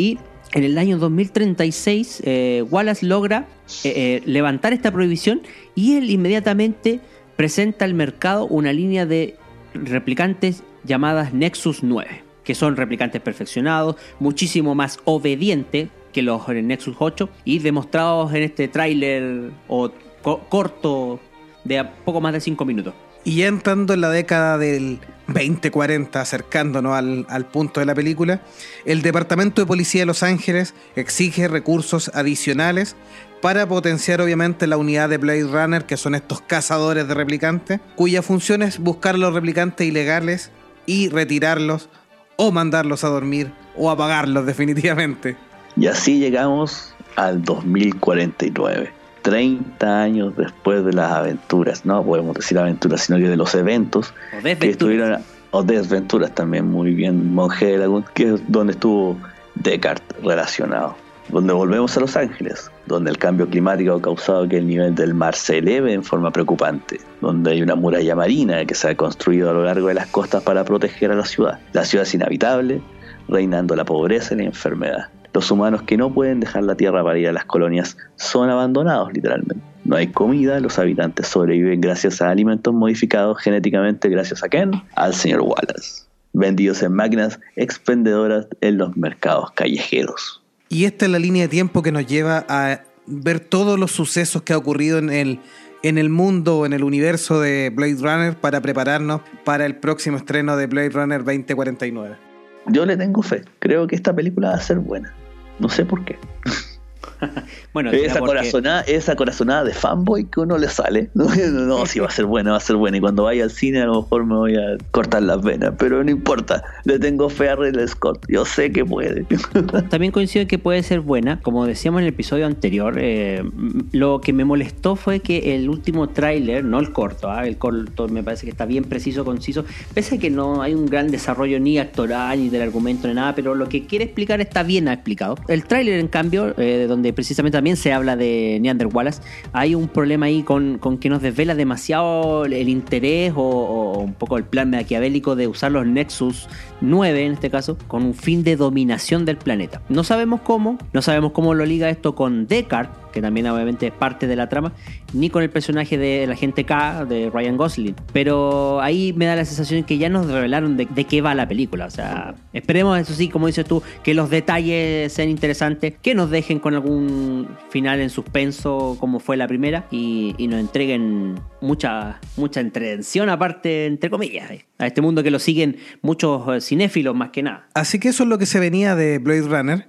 en el año dos mil treinta y seis, eh, Wallace logra eh, eh, levantar esta prohibición y él inmediatamente presenta al mercado una línea de replicantes llamadas Nexus nueve, que son replicantes perfeccionados, muchísimo más obedientes que los Nexus ocho y demostrados en este tráiler o co- corto de a poco más de cinco minutos. Y ya entrando en la década del veinte cuarenta, acercándonos al, al punto de la película, el Departamento de Policía de Los Ángeles exige recursos adicionales para potenciar obviamente la unidad de Blade Runner, que son estos cazadores de replicantes, cuya función es buscar a los replicantes ilegales y retirarlos o mandarlos a dormir o apagarlos definitivamente. Y así llegamos al dos mil cuarenta y nueve. treinta años después de las aventuras, no podemos decir aventuras, sino que de los eventos O que estuvieron, o desventuras también, muy bien, Monje de Lagún, que es donde estuvo Descartes relacionado, donde volvemos a Los Ángeles, donde el cambio climático ha causado que el nivel del mar se eleve en forma preocupante, donde hay una muralla marina que se ha construido a lo largo de las costas para proteger a la ciudad. La ciudad es inhabitable, reinando la pobreza y la enfermedad. Los humanos que no pueden dejar la tierra para ir a las colonias son abandonados literalmente. No hay comida, los habitantes sobreviven gracias a alimentos modificados genéticamente gracias a ¿quién? Al señor Wallace, vendidos en máquinas expendedoras en los mercados callejeros. Y esta es la línea de tiempo que nos lleva a ver todos los sucesos que ha ocurrido en el, en el mundo, en el universo de Blade Runner, para prepararnos para el próximo estreno de Blade Runner veinte cuarenta y nueve. Yo le tengo fe, creo que esta película va a ser buena. No sé por qué. Bueno, esa, porque... corazonada, esa corazonada de fanboy que uno le sale. No, no, no, sí va a ser buena, va a ser buena. Y cuando vaya al cine a lo mejor me voy a cortar las venas. Pero no importa, le tengo fe a Ridley Scott. Yo sé que puede. También coincido en que puede ser buena. Como decíamos en el episodio anterior, eh, lo que me molestó fue que el último tráiler, no el corto, ¿eh? el corto me parece que está bien preciso, conciso. Pese a que no hay un gran desarrollo ni actoral, ni del argumento, ni nada. Pero lo que quiere explicar está bien explicado. El tráiler, en cambio, eh, donde precisamente también se habla de Neander Wallace, hay un problema ahí con, con que nos desvela demasiado el interés o, o un poco el plan maquiavélico de usar los Nexus nueve en este caso con un fin de dominación del planeta. No sabemos cómo, no sabemos cómo lo liga esto con Descartes, que también obviamente es parte de la trama, ni con el personaje de la agente K de Ryan Gosling, pero ahí me da la sensación que ya nos revelaron de, de qué va la película. O sea, esperemos, eso sí, como dices tú, que los detalles sean interesantes, que nos dejen con algún final en suspenso como fue la primera y, y nos entreguen mucha mucha entretención aparte, entre comillas, a este mundo que lo siguen muchos cinéfilos más que nada. Así que eso es lo que se venía de Blade Runner.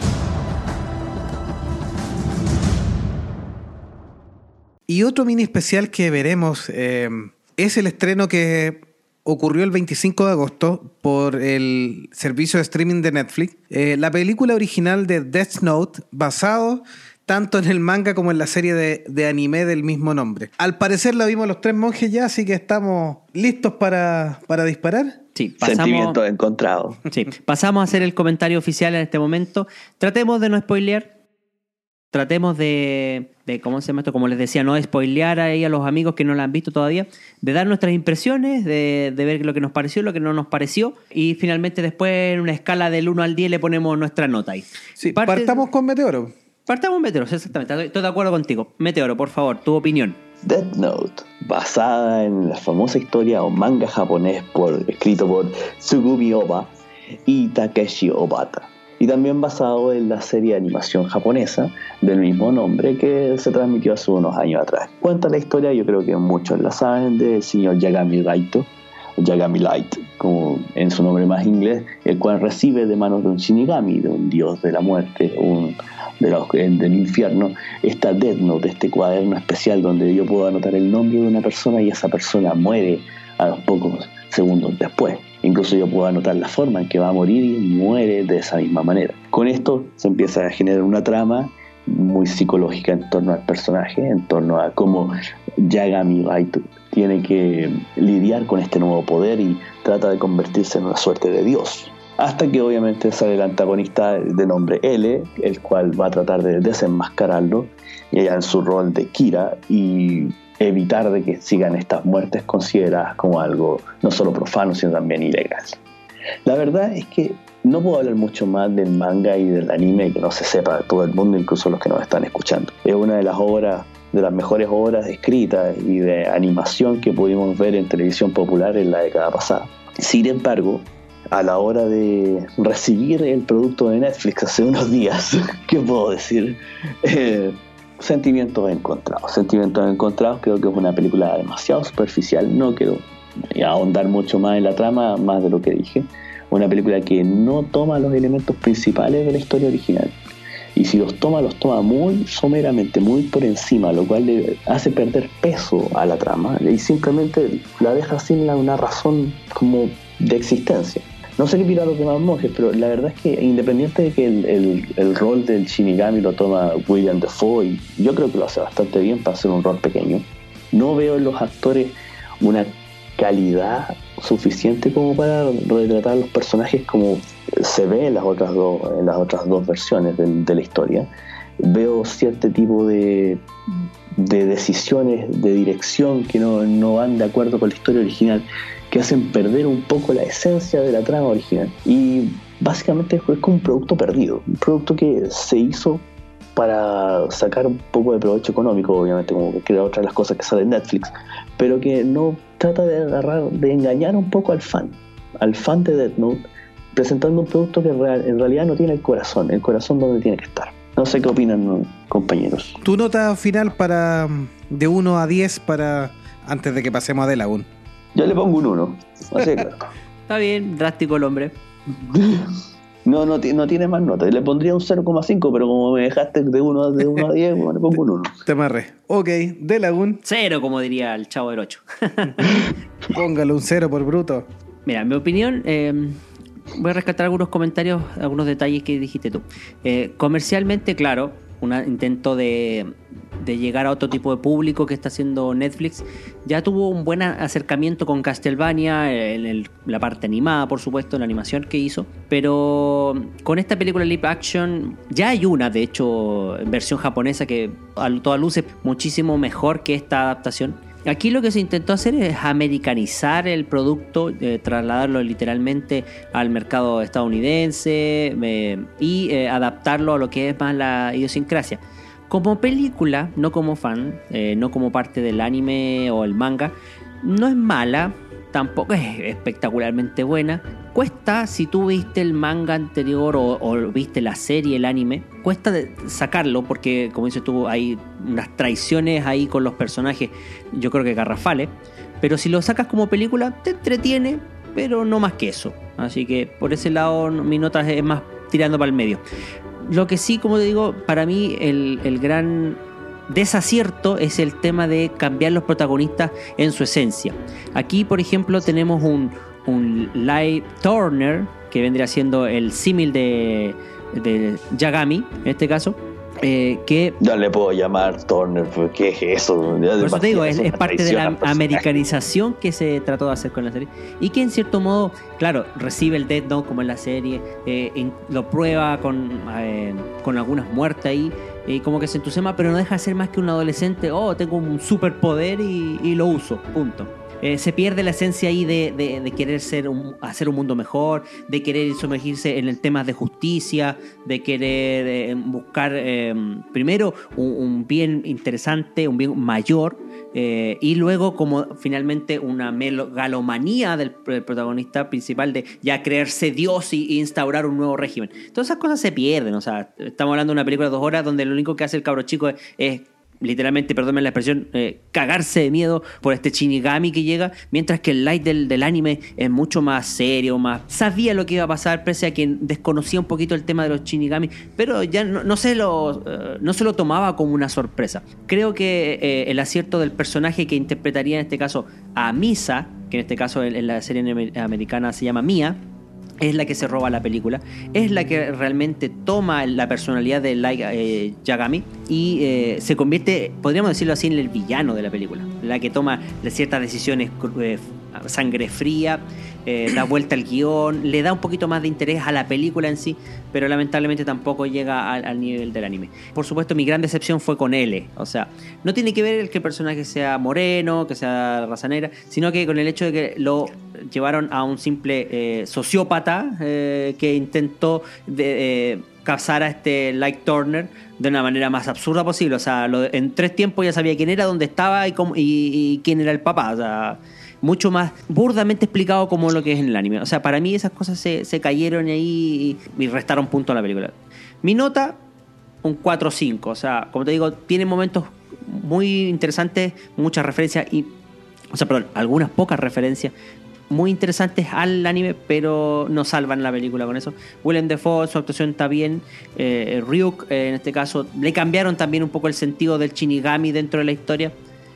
Y otro mini especial que veremos eh, es el estreno que ocurrió el veinticinco de agosto por el servicio de streaming de Netflix. Eh, la película original de Death Note, basado tanto en el manga como en la serie de, de anime del mismo nombre. Al parecer la vimos los tres monjes ya, así que estamos listos para, para disparar. Sí, pasamos, sentimientos encontrados. Sí, pasamos a hacer el comentario oficial en este momento. Tratemos de no spoilear. Tratemos de, de, ¿cómo se llama esto? Como les decía, no spoilear ahí a los amigos que no la han visto todavía, de dar nuestras impresiones, de, de ver lo que nos pareció, lo que no nos pareció, y finalmente después en una escala del uno al diez le ponemos nuestra nota ahí. Sí, Parte, partamos con Meteoro. Partamos Meteoro, exactamente, estoy, estoy de acuerdo contigo. Meteoro, por favor, tu opinión. Death Note, basada en la famosa historia o manga japonés por, escrito por Tsugumi Oba y Takeshi Obata. Y también basado en la serie de animación japonesa del mismo nombre que se transmitió hace unos años atrás. Cuenta la historia, yo creo que muchos la saben, del señor Yagami Raito, Yagami Light, como en su nombre más inglés, el cual recibe de manos de un Shinigami, de un dios de la muerte, un, de los, del infierno, esta Death Note, este cuaderno especial donde yo puedo anotar el nombre de una persona y esa persona muere a los pocos segundos después. Incluso yo puedo anotar la forma en que va a morir y muere de esa misma manera. Con esto se empieza a generar una trama muy psicológica en torno al personaje, en torno a cómo Yagami Raito tiene que lidiar con este nuevo poder y trata de convertirse en una suerte de dios. Hasta que obviamente sale el antagonista de nombre L, el cual va a tratar de desenmascararlo, y ella en su rol de Kira, y evitar de que sigan estas muertes consideradas como algo no solo profano, sino también ilegal. La verdad es que no puedo hablar mucho más del manga y del anime que no se sepa de todo el mundo, incluso los que nos están escuchando. Es una de las obras, de las mejores obras escritas y de animación que pudimos ver en televisión popular en la década pasada. Sin embargo, a la hora de recibir el producto de Netflix hace unos días, ¿qué puedo decir? Eh, sentimientos encontrados. Sentimientos encontrados, creo que es una película demasiado superficial. No quiero ahondar mucho más en la trama, más de lo que dije. Una película que no toma los elementos principales de la historia original. Y si los toma, los toma muy someramente, muy por encima, lo cual le hace perder peso a la trama y simplemente la deja sin una razón como de existencia. No sé qué opinan los demás monjes, pero la verdad es que independiente de que el, el, el rol del Shinigami lo toma William Dafoe, y yo creo que lo hace bastante bien para hacer un rol pequeño, no veo en los actores una calidad suficiente como para retratar a los personajes como se ve en las otras dos, en las otras dos versiones de, de la historia. Veo cierto tipo de, de decisiones de dirección que no, no van de acuerdo con la historia original, que hacen perder un poco la esencia de la trama original. Y básicamente es como un producto perdido, un producto que se hizo para sacar un poco de provecho económico, obviamente, como que era otra de las cosas que sale en Netflix, pero que no trata de agarrar, de engañar un poco al fan, al fan de Death Note, presentando un producto que en realidad no tiene el corazón, el corazón donde tiene que estar. No sé qué opinan, ¿no, compañeros? ¿Tu nota final para de uno a diez para antes de que pasemos a De Lagún? Yo le pongo un uno. Así claro. Está bien, drástico el hombre. No, no, no tiene más notas. Le pondría un cero coma cinco, pero como me dejaste de uno de uno a diez, bueno, le pongo un uno. Te amarré. Ok, De Lagún. Cero, como diría el Chavo del ocho. Póngale un cero por bruto. Mira, en mi opinión, eh, voy a rescatar algunos comentarios, algunos detalles que dijiste tú. Eh, comercialmente, claro, un intento de, de llegar a otro tipo de público que está haciendo Netflix. Ya tuvo un buen acercamiento con Castlevania, en el, la parte animada, por supuesto, en la animación que hizo. Pero con esta película live action, ya hay una, de hecho, en versión japonesa que a toda luz es muchísimo mejor que esta adaptación. Aquí lo que se intentó hacer es americanizar el producto, eh, trasladarlo literalmente al mercado estadounidense eh, y eh, adaptarlo a lo que es más la idiosincrasia. Como película, no como fan, eh, no como parte del anime o el manga, no es mala, tampoco es espectacularmente buena. Cuesta, si tú viste el manga anterior o, o viste la serie, el anime, cuesta de sacarlo porque, como dices tú, hay unas traiciones ahí con los personajes, yo creo que garrafales. Pero si lo sacas como película, te entretiene, pero no más que eso. Así que por ese lado mi nota es más tirando para el medio. Lo que sí, como te digo, para mí el, el gran desacierto es el tema de cambiar los protagonistas en su esencia. Aquí, por ejemplo, tenemos un, un Light Turner, que vendría siendo el símil de, de Yagami, en este caso. Eh, que ya le puedo llamar Turner, ¿qué es eso? Ya por eso te digo, es, es parte de la americanización que se trató de hacer con la serie y que en cierto modo, claro, recibe el Death Note como en la serie, eh, in, lo prueba con, eh, con algunas muertes ahí, y eh, como que se entusiasma, pero no deja de ser más que un adolescente. Oh, tengo un superpoder y, y lo uso, punto. Eh, se pierde la esencia ahí de, de, de querer ser un, hacer un mundo mejor, de querer sumergirse en el temas de justicia, de querer eh, buscar eh, primero un, un bien interesante, un bien mayor, eh, y luego como finalmente una megalomanía del, del protagonista principal de ya creerse Dios y, y instaurar un nuevo régimen. Todas esas cosas se pierden. O sea, estamos hablando de una película de dos horas donde lo único que hace el cabro chico es, es literalmente, perdónme la expresión, eh, cagarse de miedo por este Shinigami que llega, mientras que el light del, del anime es mucho más serio, más sabía lo que iba a pasar, pese a que desconocía un poquito el tema de los Shinigami, pero ya no, no, se, lo, uh, no se lo tomaba como una sorpresa. Creo que eh, el acierto del personaje que interpretaría en este caso a Misa, que en este caso en, en la serie americana se llama Mia, es la que se roba la película, es la que realmente toma la personalidad de Light eh, Yagami y eh, se convierte, podríamos decirlo así, en el villano de la película, la que toma ciertas decisiones eh, sangre fría eh, da vuelta al guión, le da un poquito más de interés a la película en sí, pero lamentablemente tampoco llega al, al nivel del anime. Por supuesto, mi gran decepción fue con L. O sea, no tiene que ver el que el personaje sea moreno, que sea raza negra, sino que con el hecho de que lo llevaron a un simple eh, sociópata eh, que intentó de, eh, cazar a este Light Turner de una manera más absurda posible. O sea, lo, en tres tiempos ya sabía quién era, dónde estaba y, cómo, y, y quién era el papá. O sea, mucho más burdamente explicado como lo que es en el anime. O sea, para mí esas cosas se, se cayeron ahí y, y restaron punto a la película. Mi nota, un cuatro cinco. O sea, como te digo, tiene momentos muy interesantes, muchas referencias y, o sea, perdón, algunas pocas referencias muy interesantes al anime, pero no salvan la película con eso. Willem Dafoe, su actuación está bien. eh, Ryuk, eh, en este caso, le cambiaron también un poco el sentido del Shinigami dentro de la historia.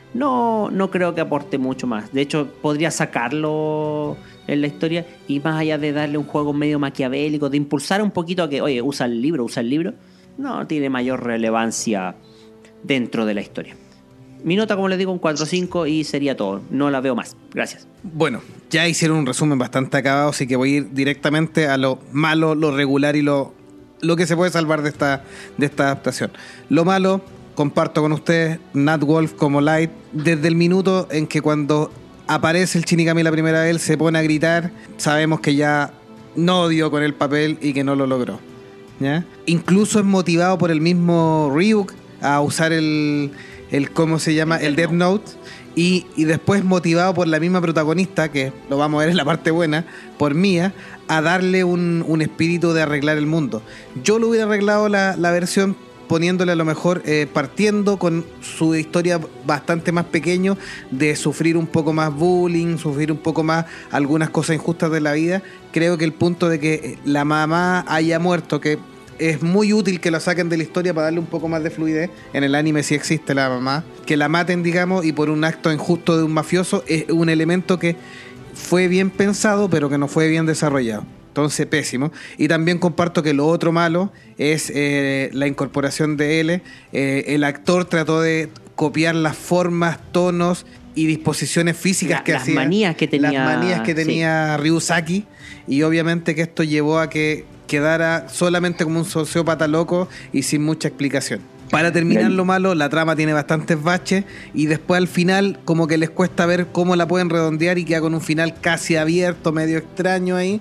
No, no creo que aporte mucho más. De hecho, podría sacarlo en la historia y más allá de darle un juego medio maquiavélico, de impulsar un poquito a que, oye, usa el libro, usa el libro, no tiene mayor relevancia dentro de la historia. Mi nota, como les digo, un cuatro cinco y sería todo. No la veo más. Gracias. Bueno, ya hicieron un resumen bastante acabado, así que voy a ir directamente a lo malo, lo regular y lo, lo que se puede salvar de esta, de esta adaptación. Lo malo, comparto con ustedes, Nat Wolff como Light, desde el minuto en que cuando aparece el Shinigami la primera vez, se pone a gritar, sabemos que ya no dio con el papel y que no lo logró, ¿ya? Incluso es motivado por el mismo Ryuk a usar el... el ¿cómo se llama? El Death Note. Y, y después motivado por la misma protagonista, que lo vamos a ver en la parte buena, por Mia, a darle un, un espíritu de arreglar el mundo. Yo lo hubiera arreglado la, la versión poniéndole a lo mejor, eh, partiendo con su historia bastante más pequeño, de sufrir un poco más bullying, sufrir un poco más algunas cosas injustas de la vida. Creo que el punto de que la mamá haya muerto, que es muy útil que lo saquen de la historia para darle un poco más de fluidez. En el anime sí existe la mamá. Que la maten, digamos, y por un acto injusto de un mafioso, es un elemento que fue bien pensado, pero que no fue bien desarrollado. Entonces, pésimo. Y también comparto que lo otro malo es eh, la incorporación de L. Eh, el actor trató de copiar las formas, tonos y disposiciones físicas la, que las hacía. Manías que tenía, las manías que tenía sí. Ryusaki. Y obviamente que esto llevó a que quedara solamente como un sociópata loco y sin mucha explicación. Para terminar lo malo, la trama tiene bastantes baches y después al final como que les cuesta ver cómo la pueden redondear y queda con un final casi abierto, medio extraño ahí,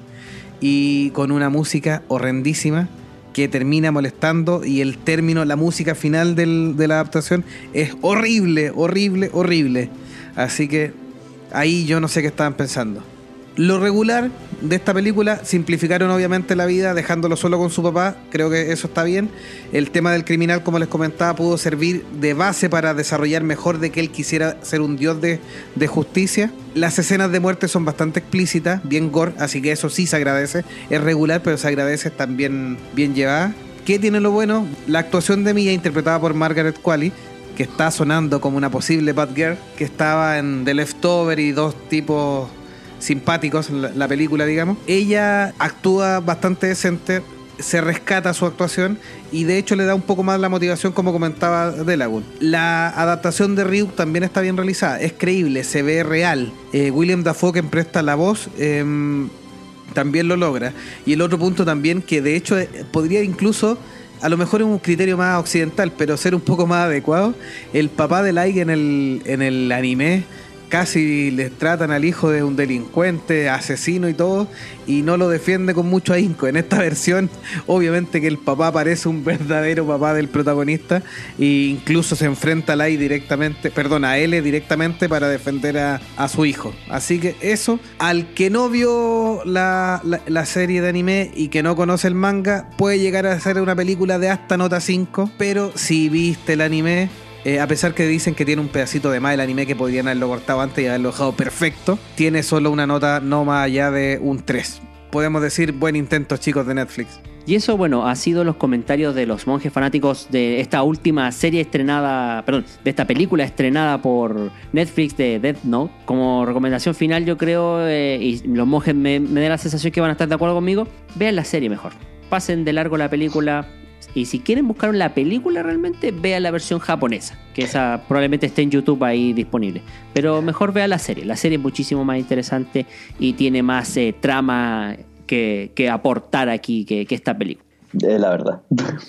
y con una música horrendísima que termina molestando, y el término, la música final del, de la adaptación es horrible, horrible, horrible. Así que ahí yo no sé qué estaban pensando. Lo regular de esta película, simplificaron obviamente la vida dejándolo solo con su papá, creo que eso está bien. El tema del criminal, como les comentaba, pudo servir de base para desarrollar mejor de que él quisiera ser un dios de, de justicia. Las escenas de muerte son bastante explícitas, bien gore, así que eso sí se agradece. Es regular, pero se agradece, están bien, bien llevadas. ¿Qué tiene lo bueno? La actuación de Mia, interpretada por Margaret Qualley, que está sonando como una posible Batgirl, que estaba en The Leftover y dos tipos simpáticos en la, la película, digamos. Ella actúa bastante decente, se rescata su actuación y de hecho le da un poco más la motivación, como comentaba Delagun. La adaptación de Ryuk también está bien realizada, es creíble, se ve real. eh, Willem Dafoe, que presta la voz, eh, también lo logra. Y el otro punto también, que de hecho eh, podría incluso, a lo mejor es un criterio más occidental, pero ser un poco más adecuado, el papá de Light en el, en el anime casi les tratan al hijo de un delincuente, asesino y todo, y no lo defiende con mucho ahínco. En esta versión, obviamente que el papá parece un verdadero papá del protagonista, e incluso se enfrenta a Light directamente, perdón, a L directamente para defender a, a su hijo. Así que eso, al que no vio la, la, la serie de anime y que no conoce el manga, puede llegar a ser una película de hasta nota cinco, pero si viste el anime, Eh, a pesar que dicen que tiene un pedacito de más el anime que podrían haberlo cortado antes y haberlo dejado perfecto, tiene solo una nota no más allá de un tres. Podemos decir, buen intento, chicos de Netflix. Y eso, bueno, ha sido los comentarios de los monjes fanáticos de esta última serie estrenada, perdón, de esta película estrenada por Netflix de Death Note. Como recomendación final, yo creo, eh, y los monjes me, me da la sensación que van a estar de acuerdo conmigo, vean la serie mejor. Pasen de largo la película Y si quieren buscar la película realmente, vea la versión japonesa, que esa probablemente esté en YouTube ahí disponible. Pero mejor vea la serie. La serie es muchísimo más interesante y tiene más eh, trama que, que aportar aquí que, que esta película. Es la verdad.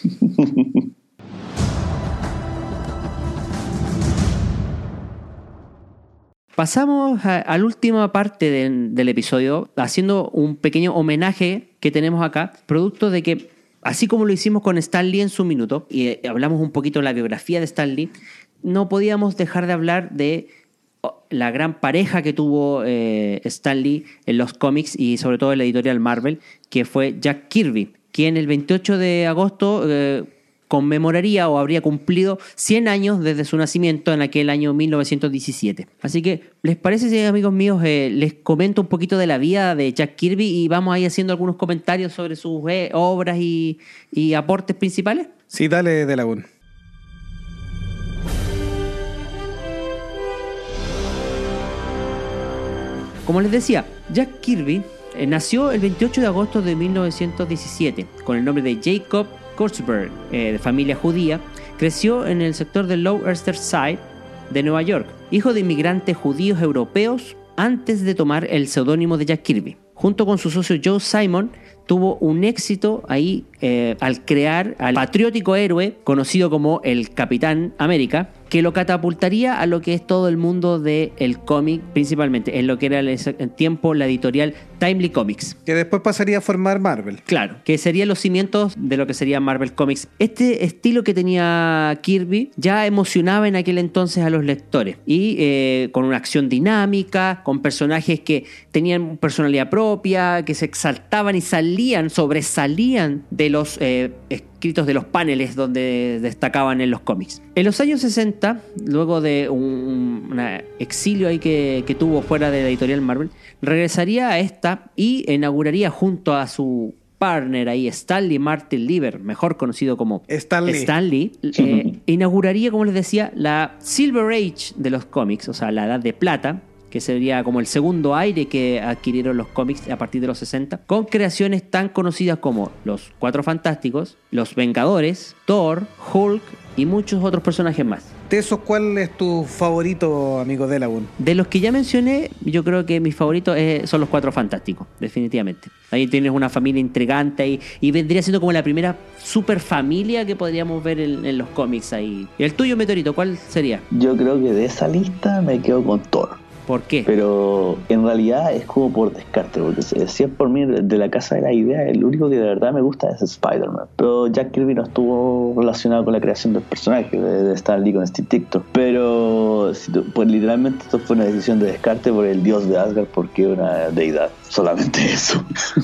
Pasamos a, a la última parte de, del episodio haciendo un pequeño homenaje que tenemos acá, producto de que, así como lo hicimos con Stan Lee en su minuto, y eh, hablamos un poquito de la biografía de Stan Lee, no podíamos dejar de hablar de la gran pareja que tuvo eh, Stan Lee en los cómics y sobre todo en la editorial Marvel, que fue Jack Kirby, quien el veintiocho de agosto eh, conmemoraría o habría cumplido cien años desde su nacimiento en aquel año mil novecientos diecisiete. Así que, ¿les parece, si, amigos míos, eh, les comento un poquito de la vida de Jack Kirby y vamos ahí haciendo algunos comentarios sobre sus eh, obras y, y aportes principales? Sí, dale, De Lagún. Como les decía, Jack Kirby eh, nació el veintiocho de agosto de mil novecientos diecisiete con el nombre de Jacob Kurtzberg, eh, de familia judía. Creció en el sector de Lower East Side de Nueva York, hijo de inmigrantes judíos europeos antes de tomar el seudónimo de Jack Kirby. Junto con su socio Joe Simon, tuvo un éxito ahí eh, al crear al patriótico héroe conocido como el Capitán América, que lo catapultaría a lo que es todo el mundo del cómic, principalmente en lo que era en tiempo la editorial Timely Comics. Que después pasaría a formar Marvel. Claro, que serían los cimientos de lo que sería Marvel Comics. Este estilo que tenía Kirby ya emocionaba en aquel entonces a los lectores. Y eh, con una acción dinámica, con personajes que tenían personalidad propia, que se exaltaban y salían, sobresalían de los eh, escritos de los paneles donde destacaban en los cómics. En los años sesenta, luego de un, un exilio ahí que, que tuvo fuera de la editorial Marvel, regresaría a esta y inauguraría junto a su partner ahí, Stanley Martin Lieber, mejor conocido como Stan Lee, Stan Lee eh, inauguraría, como les decía, la Silver Age de los cómics, o sea, la Edad de Plata, que sería como el segundo aire que adquirieron los cómics a partir de los sesenta, con creaciones tan conocidas como Los Cuatro Fantásticos, Los Vengadores, Thor, Hulk y muchos otros personajes más. De esos, ¿cuál es tu favorito, amigo de Lagún? De los que ya mencioné, yo creo que mis favoritos eh, son Los Cuatro Fantásticos, definitivamente. Ahí tienes una familia intrigante y, y vendría siendo como la primera super familia que podríamos ver en, en los cómics ahí. ¿Y el tuyo, Meteorito, cuál sería? Yo creo que de esa lista me quedo con Thor. ¿Por qué? Pero en realidad es como por descarte, porque si es por mí de la casa de la idea, el único que de verdad me gusta es Spider-Man. Pero Jack Kirby no estuvo relacionado con la creación del personaje de, de Stan Lee con Steve Ditko. Pero si tú, pues literalmente esto fue una decisión de descarte por el dios de Asgard, porque es una deidad. Solamente eso.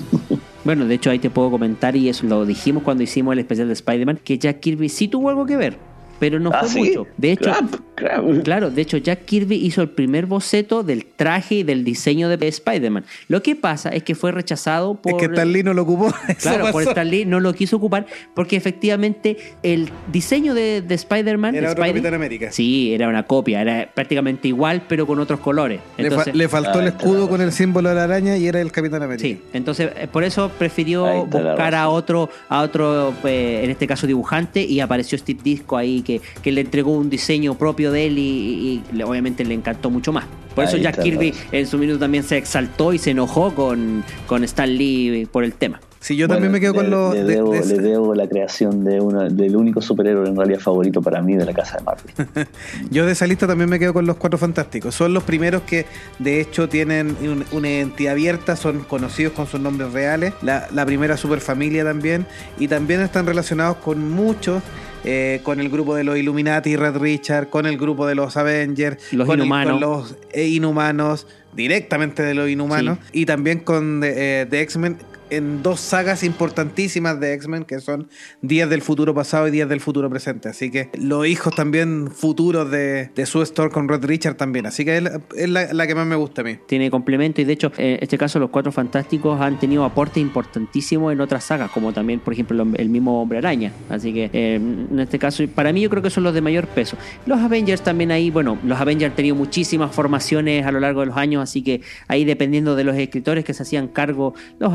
Bueno, de hecho ahí te puedo comentar, y eso lo dijimos cuando hicimos el especial de Spider-Man, que Jack Kirby sí tuvo algo que ver, pero no ¿Ah, fue sí? mucho. De hecho, Crap, crap. claro, de hecho Jack Kirby hizo el primer boceto del traje y del diseño de Spider-Man. Lo que pasa es que fue rechazado por... Es que Stan Lee no lo ocupó. Eso Claro, pasó. por Stan Lee no lo quiso ocupar porque efectivamente el diseño de, de Spider-Man... Era de otro Spidey, Capitán América. Sí, era una copia, era prácticamente igual pero con otros colores. Le, Entonces, fa- le faltó Ah, el está escudo la con el razón. símbolo de la araña y era el Capitán América. Sí, entonces eh, por eso prefirió Ahí está la buscar a razón. otro, a otro eh, en este caso dibujante, y apareció Steve Ditko ahí que, que le entregó un diseño propio de él y, y- y le- obviamente le encantó mucho más. Por eso Ahí Jack está la Kirby razón. en su minuto también se exaltó y se enojó con, con Stan Lee por el tema. Sí, yo Bueno, también me quedo le, con los... Le de- debo, de- le debo la creación de uno, del único superhéroe en realidad favorito para mí de la casa de Marvel. Yo de esa lista también me quedo con los Cuatro Fantásticos. Son los primeros que de hecho tienen un- una identidad abierta, son conocidos con sus nombres reales. La, la primera superfamilia también. Y también están relacionados con muchos, eh, con el grupo de los Illuminati, Red Richard, con el grupo de los Avengers, Los con, el- Inhumanos. con los eh, Inhumanos, directamente de los Inhumanos. Y también con eh, The X-Men, en dos sagas importantísimas de X-Men, que son Días del Futuro Pasado y Días del Futuro Presente. Así que los hijos también futuros de, de Sue Storm con Red Richard también. Así que es, la, es la, la que más me gusta a mí. Tiene complemento, y de hecho en este caso los Cuatro Fantásticos han tenido aportes importantísimos en otras sagas, como también por ejemplo el, el mismo Hombre Araña. Así que eh, en este caso para mí yo creo que son los de mayor peso. Los Avengers también ahí, bueno, los Avengers han tenido muchísimas formaciones a lo largo de los años, así que ahí dependiendo de los escritores que se hacían cargo, los Avengers,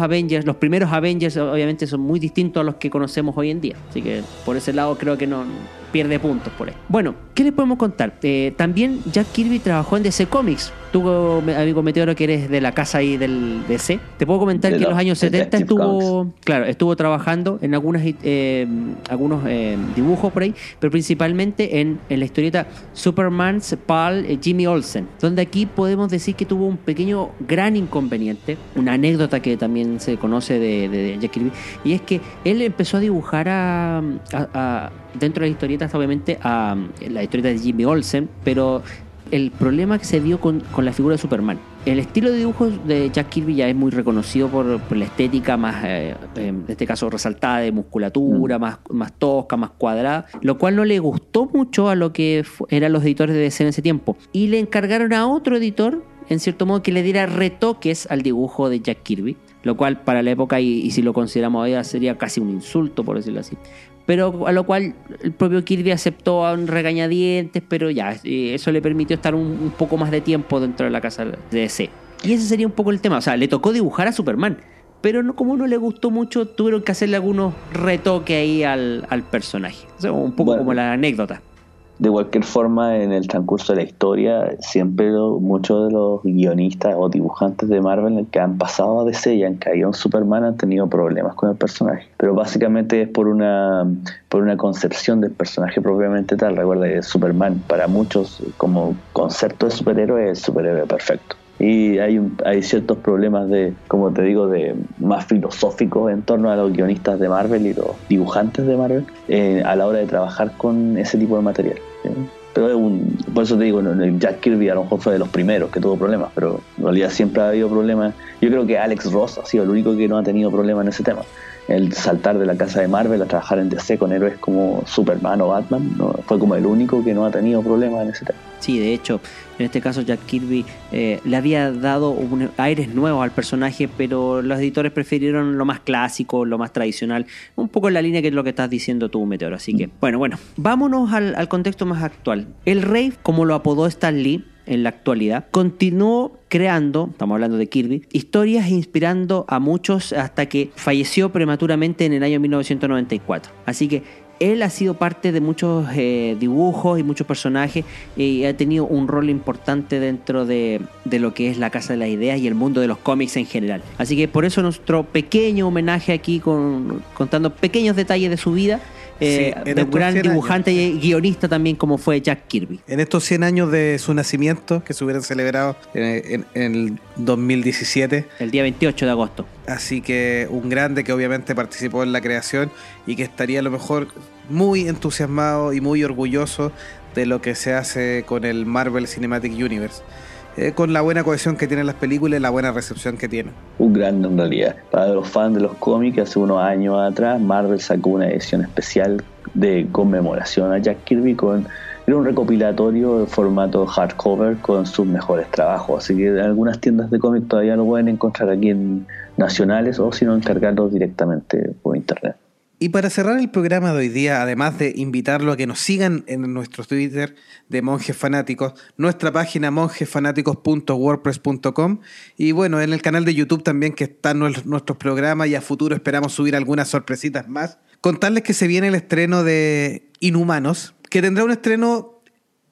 los primeros Avengers obviamente son muy distintos a los que conocemos hoy en día. Así que por ese lado creo que no pierde puntos por ahí. Bueno, ¿qué les podemos contar? Eh, también Jack Kirby trabajó en D C Comics. Tú, amigo Meteoro, que eres de la casa ahí del D C, te puedo comentar De que en los los años setenta Detective estuvo, Comics. claro, estuvo trabajando en algunas, eh, algunos eh, dibujos por ahí, pero principalmente en, en la historieta Superman's Pal eh, Jimmy Olsen, donde aquí podemos decir que tuvo un pequeño gran inconveniente, una anécdota que también se conoce de, de Jack Kirby, y es que él empezó a dibujar a, a, a dentro de las historietas, obviamente, a la historieta de Jimmy Olsen, pero el problema que se dio con, con la figura de Superman. El estilo de dibujos de Jack Kirby ya es muy reconocido por, por la estética más, eh, en este caso, resaltada de musculatura, mm. más, más tosca, más cuadrada, lo cual no le gustó mucho a lo que fu- eran los editores de D C en ese tiempo. Y le encargaron a otro editor, en cierto modo, que le diera retoques al dibujo de Jack Kirby, lo cual para la época, y, y si lo consideramos hoy, sería casi un insulto, por decirlo así. Pero a lo cual el propio Kirby aceptó a un regañadientes, pero ya, eso le permitió estar un, un poco más de tiempo dentro de la casa de D C. Y ese sería un poco el tema. O sea, le tocó dibujar a Superman, pero no, como no le gustó mucho, tuvieron que hacerle algunos retoques ahí al, al personaje. O sea, un poco bueno, como la anécdota. De cualquier forma, en el transcurso de la historia, siempre lo, muchos de los guionistas o dibujantes de Marvel que han pasado a D C y han caído en Superman han tenido problemas con el personaje. Pero básicamente es por una por una concepción del personaje propiamente tal. Recuerda que Superman, para muchos, como concepto de superhéroe, es el superhéroe perfecto. Y hay un, hay ciertos problemas de, como te digo, de más filosóficos en torno a los guionistas de Marvel y los dibujantes de Marvel eh, a la hora de trabajar con ese tipo de material. ¿Sí? Pero es un, por eso te digo, Jack Kirby a lo mejor fue de los primeros que tuvo problemas, pero en realidad siempre ha habido problemas. Yo creo que Alex Ross ha sido el único que no ha tenido problemas en ese tema. El saltar de la casa de Marvel a trabajar en D C con héroes como Superman o Batman, ¿no? Fue como el único que no ha tenido problemas en ese tema. Sí, de hecho, en este caso Jack Kirby eh, le había dado un aires nuevos al personaje, pero los editores prefirieron lo más clásico, lo más tradicional, un poco en la línea que es lo que estás diciendo tú, Meteoro. Así que, bueno, bueno, vámonos al, al contexto más actual. El Rey, como lo apodó Stan Lee en la actualidad, continuó creando, estamos hablando de Kirby, historias e inspirando a muchos hasta que falleció prematuramente en el año mil novecientos noventa y cuatro. Así que él ha sido parte de muchos eh, dibujos y muchos personajes y ha tenido un rol importante dentro de, de lo que es la Casa de las Ideas y el mundo de los cómics en general. Así que por eso nuestro pequeño homenaje aquí con, contando pequeños detalles de su vida. Eh, sí, de un gran dibujante años. Y guionista también como fue Jack Kirby. En estos cien años de su nacimiento, que se hubieran celebrado en, en, en el dos mil diecisiete. El día veintiocho de agosto. Así que un grande que obviamente participó en la creación y que estaría a lo mejor muy entusiasmado y muy orgulloso de lo que se hace con el Marvel Cinematic Universe. Eh, con la buena cohesión que tienen las películas y la buena recepción que tienen. Un grande en realidad. Para los fans de los cómics, hace unos años atrás Marvel sacó una edición especial de conmemoración a Jack Kirby con era un recopilatorio de formato hardcover con sus mejores trabajos, así que en algunas tiendas de cómics todavía lo pueden encontrar aquí en nacionales o si no encargarlos directamente por internet. Y para cerrar el programa de hoy día, además de invitarlo a que nos sigan en nuestro Twitter de Monjes Fanáticos, nuestra página monjes fanáticos punto wordpress punto com y bueno, en el canal de YouTube también que están nuestros programas y a futuro esperamos subir algunas sorpresitas más. Contarles que se viene el estreno de Inhumanos, que tendrá un estreno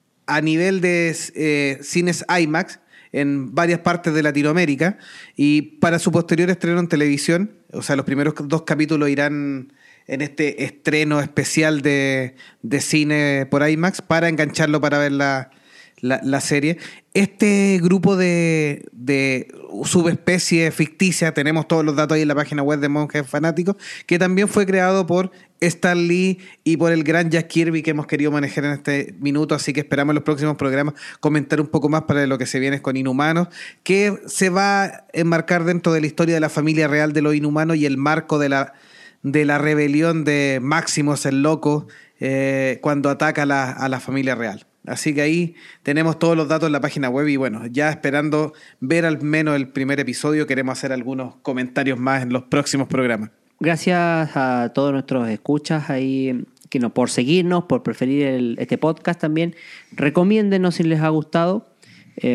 a nivel de eh, cines IMAX en varias partes de Latinoamérica y para su posterior estreno en televisión, o sea, los primeros dos capítulos irán en este estreno especial de, de cine por IMAX para engancharlo para ver la, la, la serie. Este grupo de, de subespecie ficticia, tenemos todos los datos ahí en la página web de Monjes Fanáticos, que también fue creado por Stan Lee y por el gran Jack Kirby que hemos querido manejar en este minuto, así que esperamos en los próximos programas comentar un poco más para lo que se viene con Inhumanos, que se va a enmarcar dentro de la historia de la familia real de los Inhumanos y el marco de la de la rebelión de Máximos el Loco eh, cuando ataca a la, a la familia real. Así que ahí tenemos todos los datos en la página web y bueno, ya esperando ver al menos el primer episodio, queremos hacer algunos comentarios más en los próximos programas. Gracias a todos nuestros escuchas ahí que no, por seguirnos, por preferir el, este podcast también. Recomiéndenos si les ha gustado. Eh,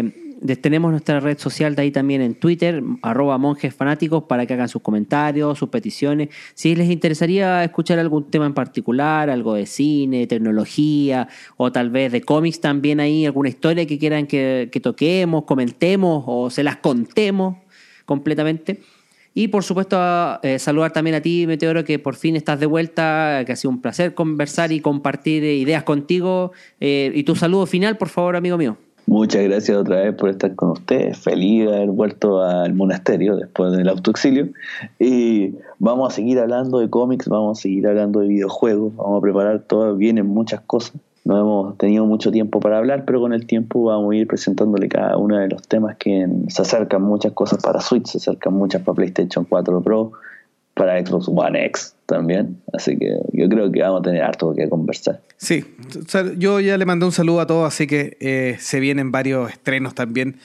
tenemos nuestra red social de ahí también en Twitter, arroba monjes fanáticos, para que hagan sus comentarios, sus peticiones. Si les interesaría escuchar algún tema en particular, algo de cine, tecnología, o tal vez de cómics también ahí, alguna historia que quieran que, que toquemos, comentemos o se las contemos completamente. Y por supuesto eh, saludar también a ti, Meteoro, que por fin estás de vuelta, que ha sido un placer conversar y compartir ideas contigo. Eh, y tu saludo final, por favor, amigo mío. Muchas gracias otra vez por estar con ustedes. Feliz de haber vuelto al monasterio después del autoexilio. Y vamos a seguir hablando de cómics, vamos a seguir hablando de videojuegos, vamos a preparar todo, vienen muchas cosas. No hemos tenido mucho tiempo para hablar, pero con el tiempo vamos a ir presentándole cada uno de los temas que se acercan muchas cosas para Switch, se acercan muchas para PlayStation cuatro Pro, para Xbox One X también. Así que yo creo que vamos a tener harto que conversar. Sí, o sea, yo ya le mandé un saludo a todos, así que eh, se vienen varios estrenos también.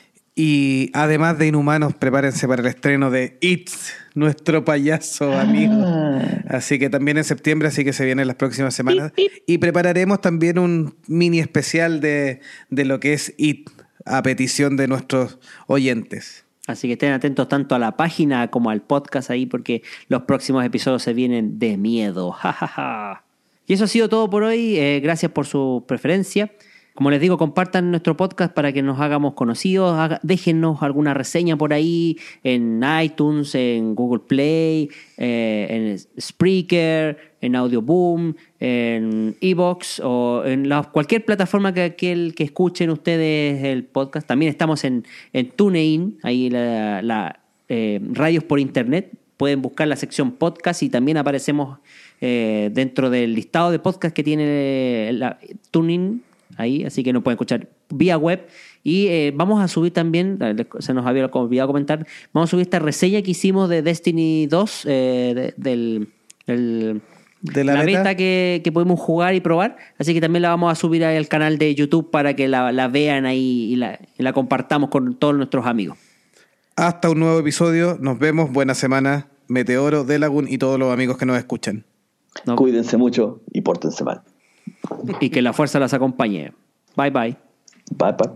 Y además de Inhumanos, prepárense para el estreno de It, nuestro payaso amigo. Ah. Así que también en septiembre, así que se vienen las próximas semanas. Y prepararemos también un mini especial de, de lo que es It, a petición de nuestros oyentes. Así que estén atentos tanto a la página como al podcast ahí, porque los próximos episodios se vienen de miedo. Ja, ja, ja. Y eso ha sido todo por hoy. Eh, gracias por su preferencia. Como les digo, compartan nuestro podcast para que nos hagamos conocidos. Haga, déjennos alguna reseña por ahí en iTunes, en Google Play, eh, en Spreaker, en Audioboom, en iVoox o en la, cualquier plataforma que, que, que escuchen ustedes el podcast. También estamos en, en TuneIn, ahí la, la eh, radios por internet. Pueden buscar la sección podcast y también aparecemos eh, dentro del listado de podcast que tiene la TuneIn. Ahí, así que nos pueden escuchar vía web. Y eh, vamos a subir también, se nos había olvidado comentar, vamos a subir esta reseña que hicimos de Destiny dos, eh, de, del, del, de la, la beta, beta que, que podemos jugar y probar. Así que también la vamos a subir al canal de YouTube para que la, la vean ahí y la, y la compartamos con todos nuestros amigos. Hasta un nuevo episodio, nos vemos, buena semana, Meteoro, Delagun y todos los amigos que nos escuchan. No. Cuídense mucho y pórtense mal. Y que la fuerza las acompañe. Bye, bye. Bye, bye.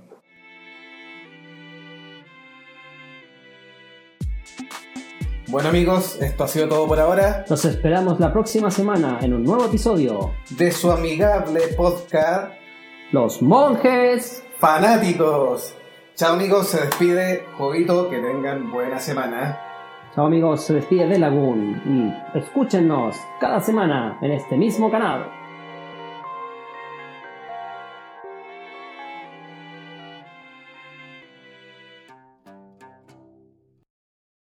Bueno, amigos, esto ha sido todo por ahora. Nos esperamos la próxima semana en un nuevo episodio de su amigable podcast Los Monjes Fanáticos. Chao, amigos, se despide Jovito, que tengan buena semana. Chao, amigos, se despide Delagun y escúchenos cada semana en este mismo canal.